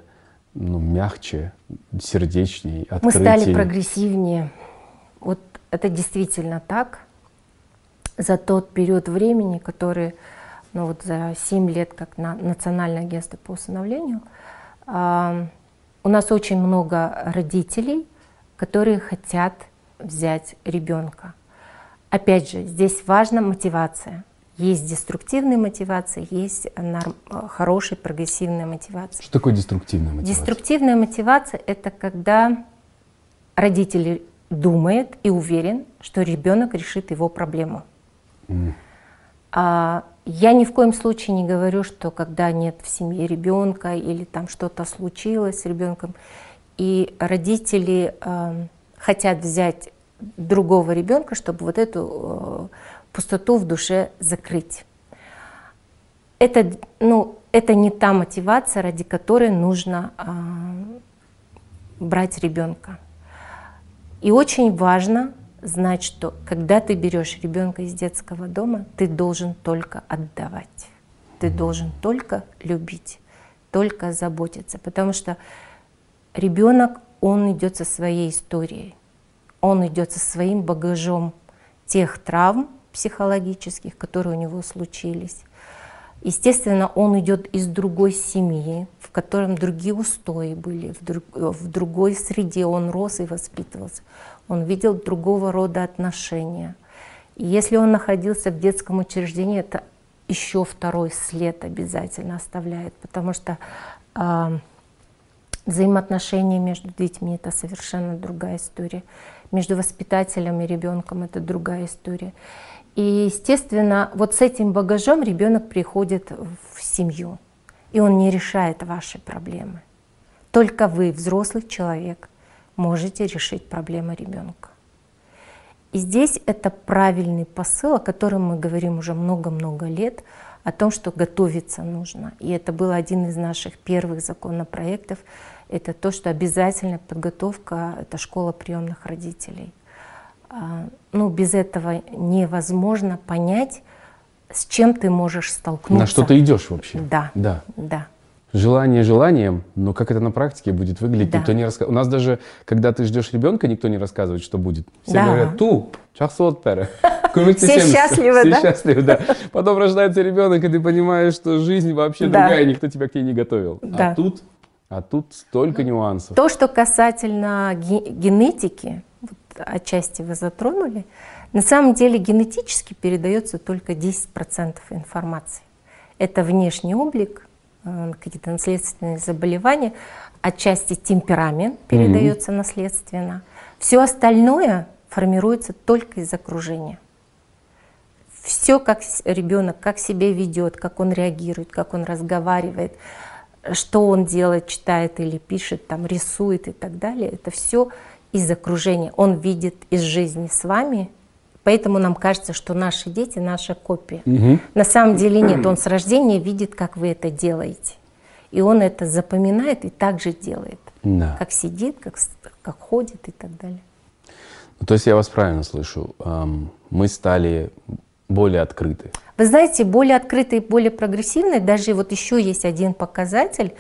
мягче, сердечнее, открытее? Мы стали прогрессивнее. Вот это действительно так. за тот период времени, который, ну вот за 7 лет, как Национальное агентство по усыновлению, у нас очень много родителей, которые хотят взять ребенка. Опять же, здесь важна мотивация. Есть деструктивная мотивация, есть хорошая прогрессивная мотивация. Что такое деструктивная мотивация? Деструктивная мотивация — это когда родитель думает и уверен, что ребенок решит его проблему. Я ни в коем случае не говорю, что когда нет в семье ребенка или там что-то случилось с ребенком, и родители хотят взять другого ребенка, чтобы вот эту пустоту в душе закрыть. Это не та мотивация, ради которой нужно брать ребенка. И очень важно знать, что когда ты берешь ребенка из детского дома, ты должен только отдавать, ты должен только любить, только заботиться, потому что ребенок, он идет со своей историей, он идет со своим багажом тех травм психологических, которые у него случились. Естественно, он идет из другой семьи, в котором другие устои были, в другой среде он рос и воспитывался. Он видел другого рода отношения. И если он находился в детском учреждении, это еще второй след обязательно оставляет, потому что взаимоотношения между детьми — это совершенно другая история. Между воспитателем и ребенком — это другая история. И, естественно, вот с этим багажом ребенок приходит в семью, и он не решает ваши проблемы. Только вы, взрослый человек, можете решить проблемы ребенка. И здесь это правильный посыл, о котором мы говорим уже много-много лет, о том, что готовиться нужно. И это был один из наших первых законопроектов. Это то, что обязательная подготовка — это школа приемных родителей. Ну, без этого невозможно понять, с чем ты можешь столкнуться. На что ты идешь вообще? Да. Да. Да. Желание желанием, но как это на практике будет выглядеть, Да. никто не рассказывает. У нас даже, когда ты ждешь ребенка, никто не рассказывает, что будет. Все Да. говорят: «Ту, чахсот пере». Все счастливы, Все да? счастливы, да. Потом рождается ребенок, и ты понимаешь, что жизнь вообще Да. другая, никто тебя к ней не готовил. Да. А тут столько нюансов. То, что касательно генетики, вот отчасти вы затронули, на самом деле генетически передается только 10% информации. Это внешний облик, какие-то наследственные заболевания, отчасти темперамент передается наследственно. Все остальное формируется только из окружения. Все, как ребенок, как себя ведет, как он реагирует, как он разговаривает, что он делает, читает или пишет, там, рисует и так далее, это все из окружения. Он видит из жизни с вами, поэтому нам кажется, что наши дети — наша копия. На самом деле нет, он с рождения видит, как вы это делаете. И он это запоминает и также делает. Да. Как сидит, как ходит и так далее. Ну, то есть я вас правильно слышу, мы стали более открыты. Вы знаете, более открытые и более прогрессивные, даже вот еще есть один показатель.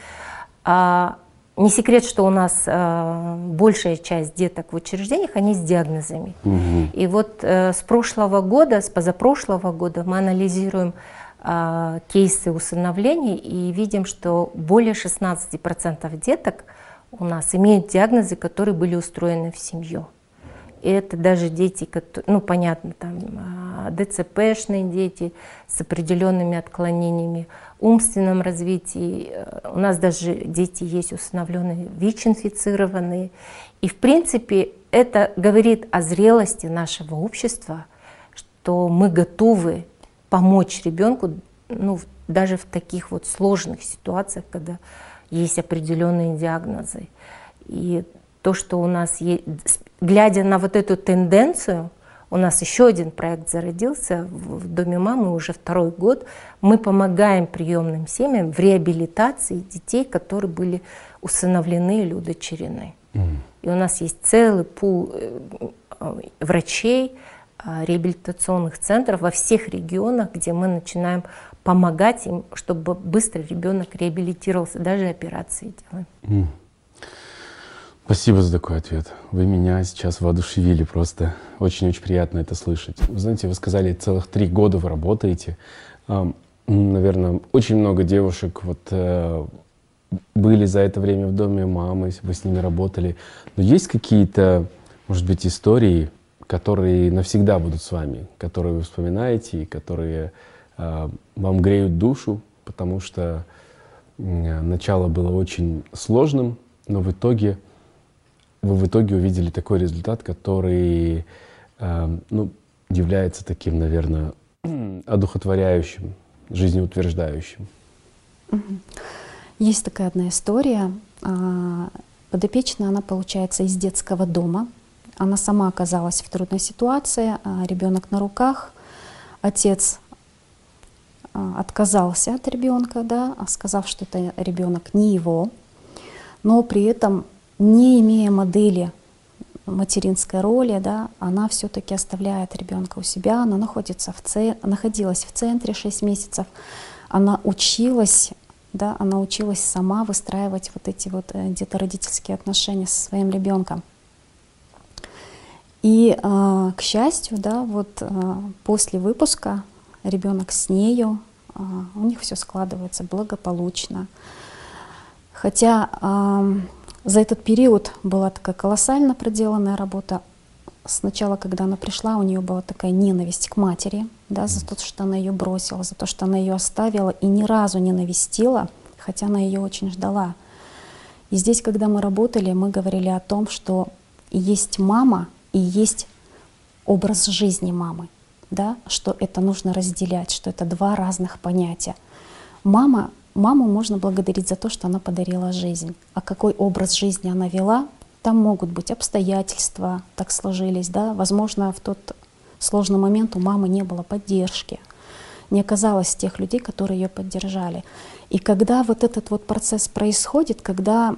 Не секрет, что у нас большая часть деток в учреждениях, они с диагнозами. И вот с прошлого года, с позапрошлого года мы анализируем кейсы усыновлений и видим, что более 16% деток у нас имеют диагнозы, которые были устроены в семью. И это даже дети, ну понятно, там ДЦПшные дети с определенными отклонениями, умственном развитии. У нас даже дети есть усыновленные, ВИЧ-инфицированные. И в принципе это говорит о зрелости нашего общества, что мы готовы помочь ребенку, ну, даже в таких вот сложных ситуациях, когда есть определенные диагнозы. И то, что у нас есть, глядя на вот эту тенденцию, у нас еще один проект зародился в Доме мамы уже 2-й год. Мы помогаем приемным семьям в реабилитации детей, которые были усыновлены или удочерены. И у нас есть целый пул врачей, реабилитационных центров во всех регионах, где мы начинаем помогать им, чтобы быстро ребенок реабилитировался, даже операции делаем. Спасибо за такой ответ. Вы меня сейчас воодушевили просто. Очень-очень приятно это слышать. Вы знаете, вы сказали, целых 3 года вы работаете. Наверное, очень много девушек были за это время в доме мамы, вы с ними работали. Но есть какие-то, может быть, истории, которые навсегда будут с вами, которые вы вспоминаете и которые вам греют душу, потому что начало было очень сложным, но вы в итоге увидели такой результат, который является таким, наверное, одухотворяющим, жизнеутверждающим. Есть такая одна история. Подопечная, она, получается, из детского дома. Она сама оказалась в трудной ситуации, ребенок на руках. Отец отказался от ребенка, да, сказав, что это ребенок не его, но при этом, не имея модели материнской роли, да, она все-таки оставляет ребенка у себя, она находилась в центре 6 месяцев, она училась, да, она училась сама выстраивать вот эти вот детородительские отношения со своим ребенком. И, к счастью, да, после выпуска ребенок с нею, у них все складывается благополучно. Хотя за этот период была такая колоссально проделанная работа. Сначала, когда она пришла, у нее была такая ненависть к матери, да, за то, что она ее бросила, за то, что она ее оставила и ни разу не навестила, хотя она ее очень ждала. И здесь, когда мы работали, мы говорили о том, что есть мама и есть образ жизни мамы, да, что это нужно разделять, что это 2 разных понятия. Маму можно благодарить за то, что она подарила жизнь. А какой образ жизни она вела, там могут быть обстоятельства, так сложились, да. Возможно, в тот сложный момент у мамы не было поддержки, не оказалось тех людей, которые ее поддержали. И когда вот этот вот процесс происходит, когда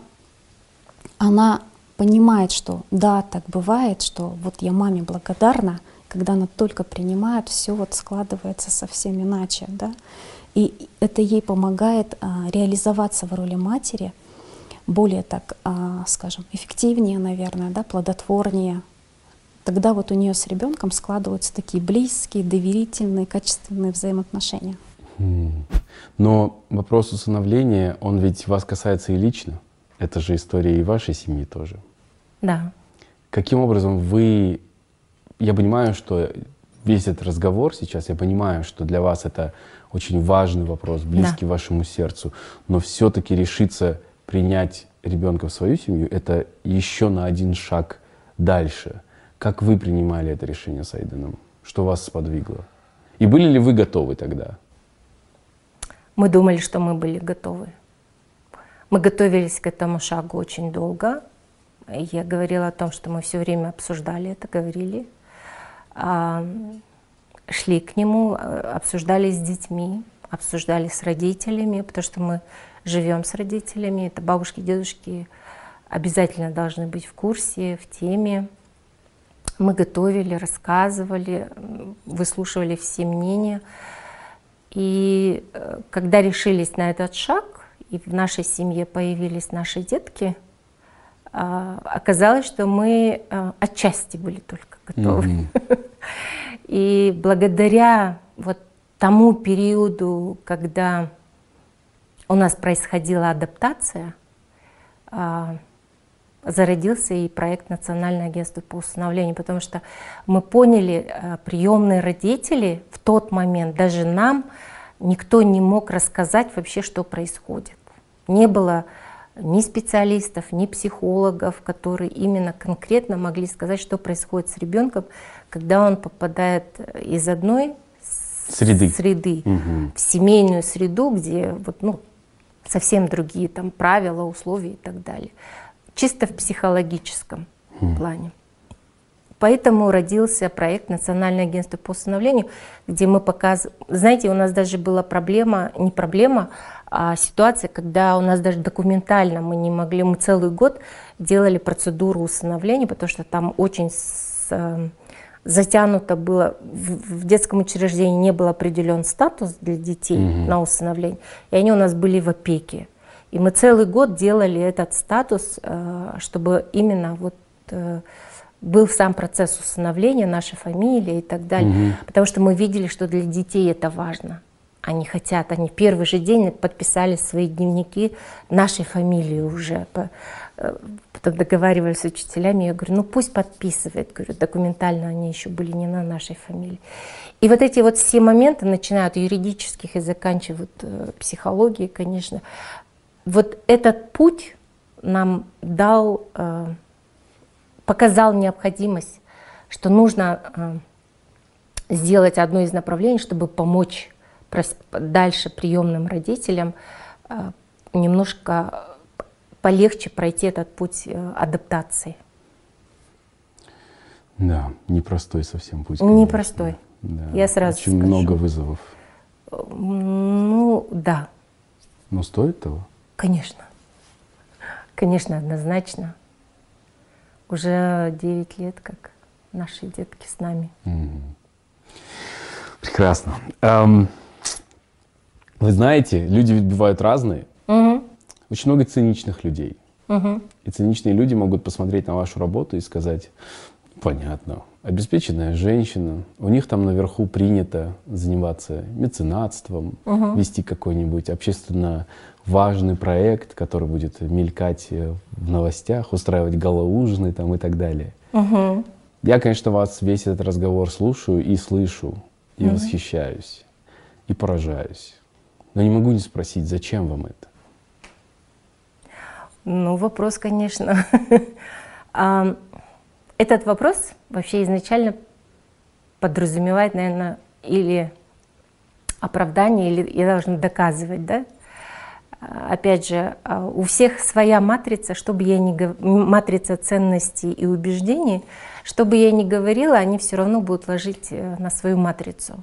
она понимает, что да, так бывает, что вот я маме благодарна, когда она только принимает, все вот складывается совсем иначе, да. И это ей помогает реализоваться в роли матери более, так скажем, эффективнее, наверное, да, плодотворнее. Тогда вот у нее с ребенком складываются такие близкие, доверительные, качественные взаимоотношения. Но вопрос усыновления, он ведь вас касается и лично. Это же история и вашей семьи тоже. Да. Каким образом вы... Я понимаю, что весь этот разговор сейчас, я понимаю, что для вас это очень важный вопрос, близкий вашему сердцу, но все-таки решиться принять ребенка в свою семью — это еще на 1 шаг дальше. Как вы принимали это решение с Айданом? Что вас сподвигло? И были ли вы готовы тогда? Мы думали, что мы были готовы. Мы готовились к этому шагу очень долго. Я говорила о том, что мы все время обсуждали это, говорили. Шли к нему, обсуждали с детьми, обсуждали с родителями, потому что мы живем с родителями. Это бабушки, дедушки обязательно должны быть в курсе, в теме. Мы готовили, рассказывали, выслушивали все мнения. И когда решились на этот шаг, и в нашей семье появились наши детки, оказалось, что мы отчасти были только готовы. И благодаря вот тому периоду, когда у нас происходила адаптация, зародился и проект Национального агентства по усыновлению, потому что мы поняли, приемные родители в тот момент, даже нам никто не мог рассказать вообще, что происходит. Не было ни специалистов, ни психологов, которые именно конкретно могли сказать, что происходит с ребенком, когда он попадает из одной среды в семейную среду, где вот, совсем другие там правила, условия и так далее. Чисто в психологическом плане. Поэтому родился проект Национальное агентство по усыновлению, где мы показываем... Знаете, у нас даже была проблема, не проблема, а ситуация, когда у нас даже документально мы не могли, мы целый год делали процедуру усыновления, потому что там очень затянуто было, в детском учреждении не был определен статус для детей на усыновление, и они у нас были в опеке. И мы целый год делали этот статус, чтобы именно вот был сам процесс усыновления, наша фамилия и так далее. Потому что мы видели, что для детей это важно. Они хотят, они в первый же день подписали свои дневники нашей фамилии уже. Потом договаривались с учителями, я говорю, ну пусть подписывает. Говорю, документально они еще были не на нашей фамилии. И вот эти вот все моменты, начиная от юридических и заканчивая психологией, конечно, вот этот путь нам дал, показал необходимость, что нужно сделать одно из направлений, чтобы помочь дальше приемным родителям немножко полегче пройти этот путь адаптации. Да, непростой совсем путь. Непростой. Да, я сразу очень скажу. Много вызовов. Ну, да. Но стоит того? Конечно. Конечно, однозначно. Уже 9 лет, как наши детки с нами. Прекрасно. Вы знаете, люди ведь бывают разные. Очень много циничных людей. И циничные люди могут посмотреть на вашу работу и сказать, понятно, обеспеченная женщина, у них там наверху принято заниматься меценатством, вести какой-нибудь общественно важный проект, который будет мелькать в новостях, устраивать гала-ужины там и так далее. Я, конечно, вас весь этот разговор слушаю и слышу, и восхищаюсь, и поражаюсь. Но не могу не спросить, зачем вам это? Ну, вопрос, конечно. Этот вопрос вообще изначально подразумевает, наверное, или оправдание, или я должна доказывать, да? Опять же, у всех своя матрица, чтобы я не матрица ценностей и убеждений, что бы я ни говорила, они все равно будут ложить на свою матрицу.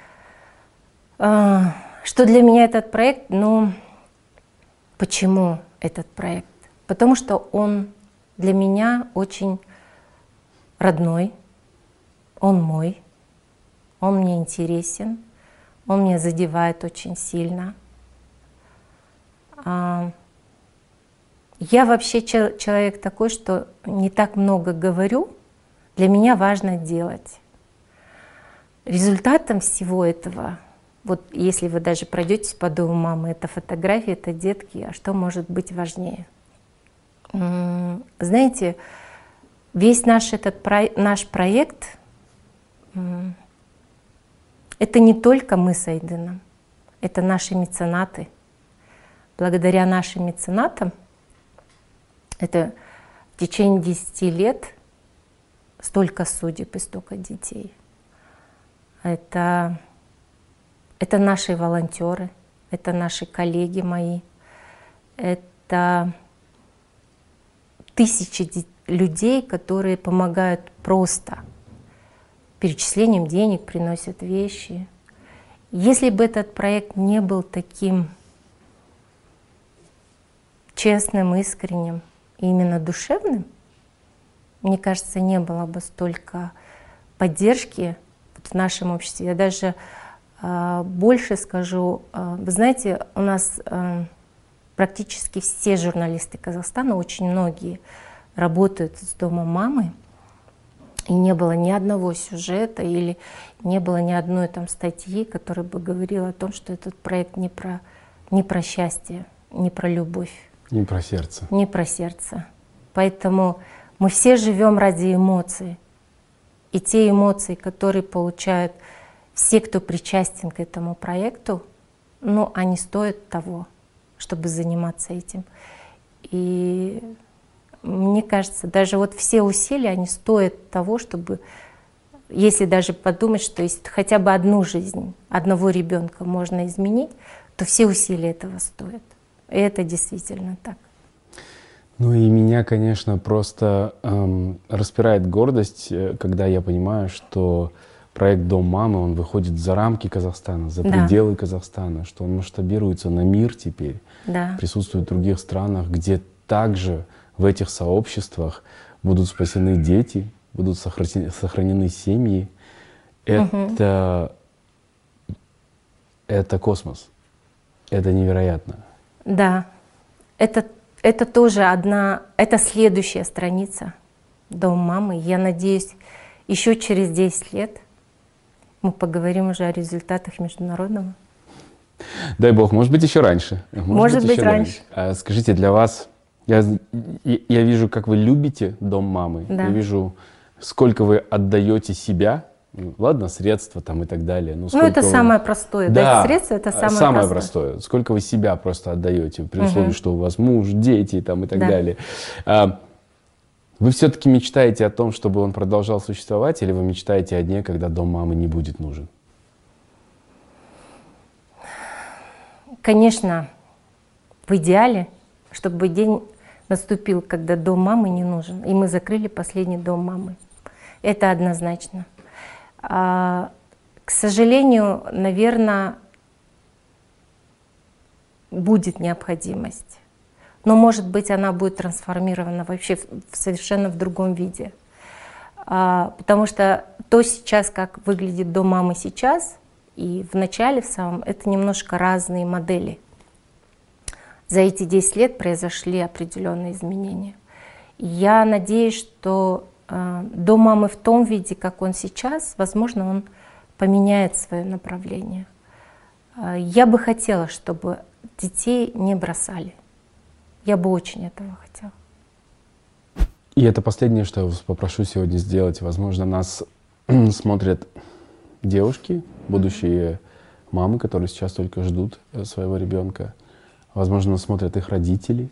Что для меня этот проект? Ну, почему этот проект? Потому что он для меня очень родной, он мой, он мне интересен, он меня задевает очень сильно. Я вообще человек такой, что не так много говорю, для меня важно делать. Результатом всего этого, вот если вы даже пройдетесь по дому мамы, это фотографии, это детки, а что может быть важнее? Знаете, весь наш проект, это не только мы с Айденом, это наши меценаты. Благодаря нашим меценатам, это в течение 10 лет столько судеб и столько детей. Это наши волонтеры, это наши коллеги мои, это тысячи людей, которые помогают просто перечислением денег, приносят вещи. Если бы этот проект не был таким честным, искренним и именно душевным, мне кажется, не было бы столько поддержки в нашем обществе. Я даже больше скажу, вы знаете, у нас практически все журналисты Казахстана, очень многие, работают с домом мамы, и не было ни одного сюжета или не было ни одной там статьи, которая бы говорила о том, что этот проект не про счастье, не про любовь. Не про сердце. Не про сердце. Поэтому мы все живем ради эмоций. И те эмоции, которые получают все, кто причастен к этому проекту, ну, они стоят того, чтобы заниматься этим. И мне кажется, даже вот все усилия, они стоят того, чтобы, если даже подумать, что если хотя бы одну жизнь, одного ребенка можно изменить, то все усилия этого стоят. И это действительно так. Ну и меня, конечно, просто распирает гордость, когда я понимаю, что проект «Дом мамы», он выходит за рамки Казахстана, за пределы Казахстана, что он масштабируется на мир теперь, присутствует в других странах, где также в этих сообществах будут спасены дети, будут сохранены семьи. Это космос. Это невероятно. Да, это тоже это следующая страница «Дом мамы». Я надеюсь, еще через 10 лет мы поговорим уже о результатах международного. Дай бог, может быть, еще раньше. Может быть, еще раньше. Скажите, для вас, я вижу, как вы любите «Дом мамы». Да. Я вижу, сколько вы отдаете себя. Ладно, средства там и так далее. Ну, это самое простое. Да, Дать средства — это самое простое. Сколько вы себя просто отдаете, при условии, что у вас муж, дети там, и так далее. Вы все-таки мечтаете о том, чтобы он продолжал существовать, или вы мечтаете о дне, когда дом мамы не будет нужен? Конечно, в идеале, чтобы день наступил, когда дом мамы не нужен, и мы закрыли последний дом мамы. Это однозначно. К сожалению, наверное, будет необходимость. Но, может быть, она будет трансформирована вообще совершенно в другом виде. Потому что то сейчас, как выглядит дом мамы сейчас, и в начале в самом, это немножко разные модели. За эти 10 лет произошли определенные изменения. Я надеюсь, что дом мамы в том виде, как он сейчас, возможно, он поменяет свое направление. Я бы хотела, чтобы детей не бросали. Я бы очень этого хотела. И это последнее, что я вас попрошу сегодня сделать. Возможно, нас смотрят девушки, будущие мамы, которые сейчас только ждут своего ребенка. Возможно, нас смотрят их родители,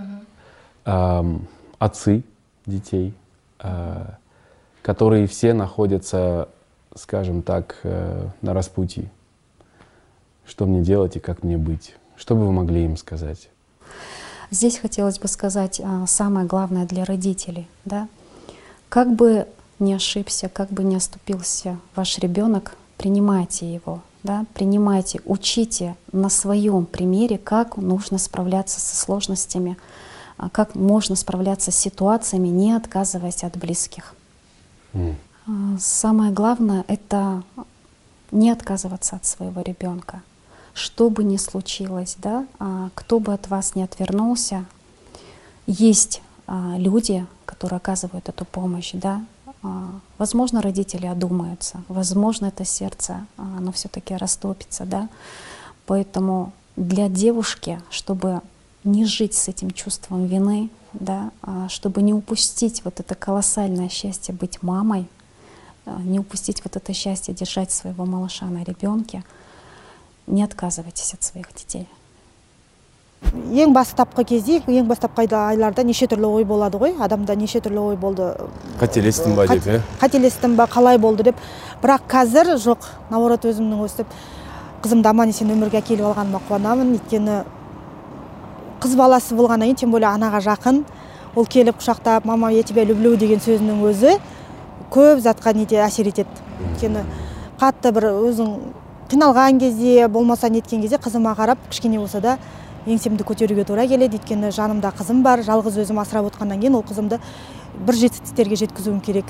отцы детей, которые все находятся, скажем так, на распутье. Что мне делать и как мне быть? Что бы вы могли им сказать? Здесь хотелось бы сказать самое главное для родителей. Да? Как бы ни ошибся, как бы ни оступился ваш ребенок, принимайте его, да? Принимайте, учите на своем примере, как нужно справляться со сложностями, как можно справляться с ситуациями, не отказываясь от близких. Самое главное — это не отказываться от своего ребенка. Что бы ни случилось, да, кто бы от вас не отвернулся, есть люди, которые оказывают эту помощь. Да. Возможно, родители одумаются, возможно, это сердце, оно все-таки растопится. Да. Поэтому для девушки, чтобы не жить с этим чувством вины, да, чтобы не упустить вот это колоссальное счастье быть мамой, не упустить вот это счастье держать своего малыша на ребенке, не отказывайтесь от своих детей. Ең бастапқы кезде, ең бастапқы айларда неше түрлі ой болады ғой, адамда неше түрлі ой болды. Қателестім ба деп, Қателестім ба, қалай болды деп. Бірақ қазір жоқ, наоборот өзімнің өстіп, қызымды аман есен өмірге әкеліп алғаныма қуанамын. Өйткені қыз баласы болғаннан кейін, тем более анаға жақын, ол келіп құшақтап, мама, я тебя люблю деген сөзінің өзі көп затқа әсер етеді. Өйткені қатты бір өзің қиналған кезде, болмаса неткен кезде қызыма қарап, кішкене болса да еңсемді көтеруге тура келеді. Өйткені жанымда қызым бар, жалғыз өзім асырап отқаннан кейін ол қызымды бір жетістіктерге жеткізуім керек.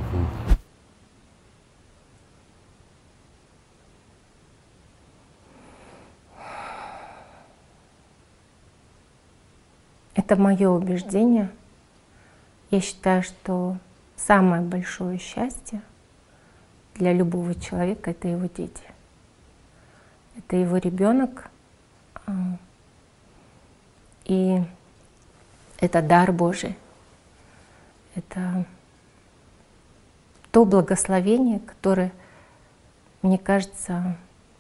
Это мое убеждение. Я считаю, что самое большое счастье для любого человека — это его дети. Это его ребенок. И это дар Божий. Это то благословение, которое, мне кажется,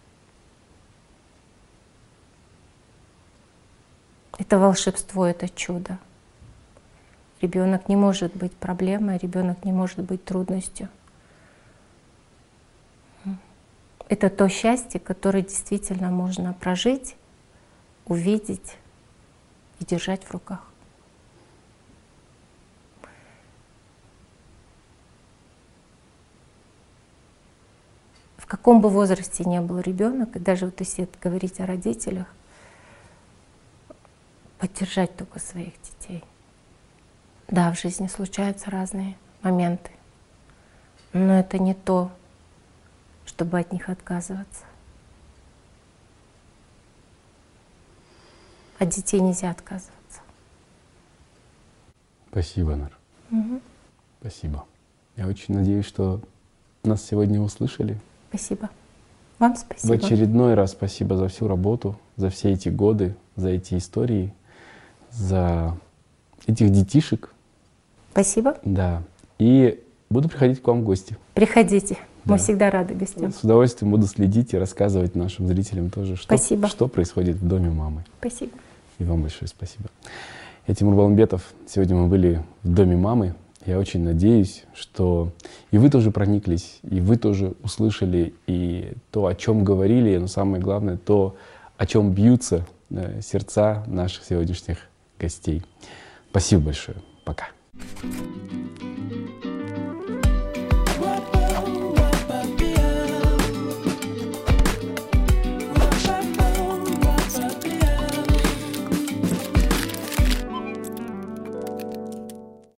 это волшебство, это чудо. Ребенок не может быть проблемой, ребенок не может быть трудностью. Это то счастье, которое действительно можно прожить, увидеть и держать в руках. В каком бы возрасте ни был ребенок, и даже вот если говорить о родителях, поддержать только своих детей. Да, в жизни случаются разные моменты, но это не то, чтобы от них отказываться. От детей нельзя отказываться. Спасибо, Нар. Спасибо. Я очень надеюсь, что нас сегодня услышали. Спасибо. Вам В спасибо. очередной раз спасибо за всю работу, за все эти годы, за эти истории, за этих детишек. Спасибо. Да. И буду приходить к вам в гости. Приходите. Мы Да. всегда рады гостям. С удовольствием буду следить и рассказывать нашим зрителям тоже, Спасибо. что происходит в доме мамы. Спасибо. И вам большое спасибо. Я Тимур Балымбетов. Сегодня мы были в доме мамы. Я очень надеюсь, что и вы тоже прониклись, и вы тоже услышали и то, о чем говорили, но самое главное, то, о чем бьются сердца наших сегодняшних гостей. Спасибо большое. Пока.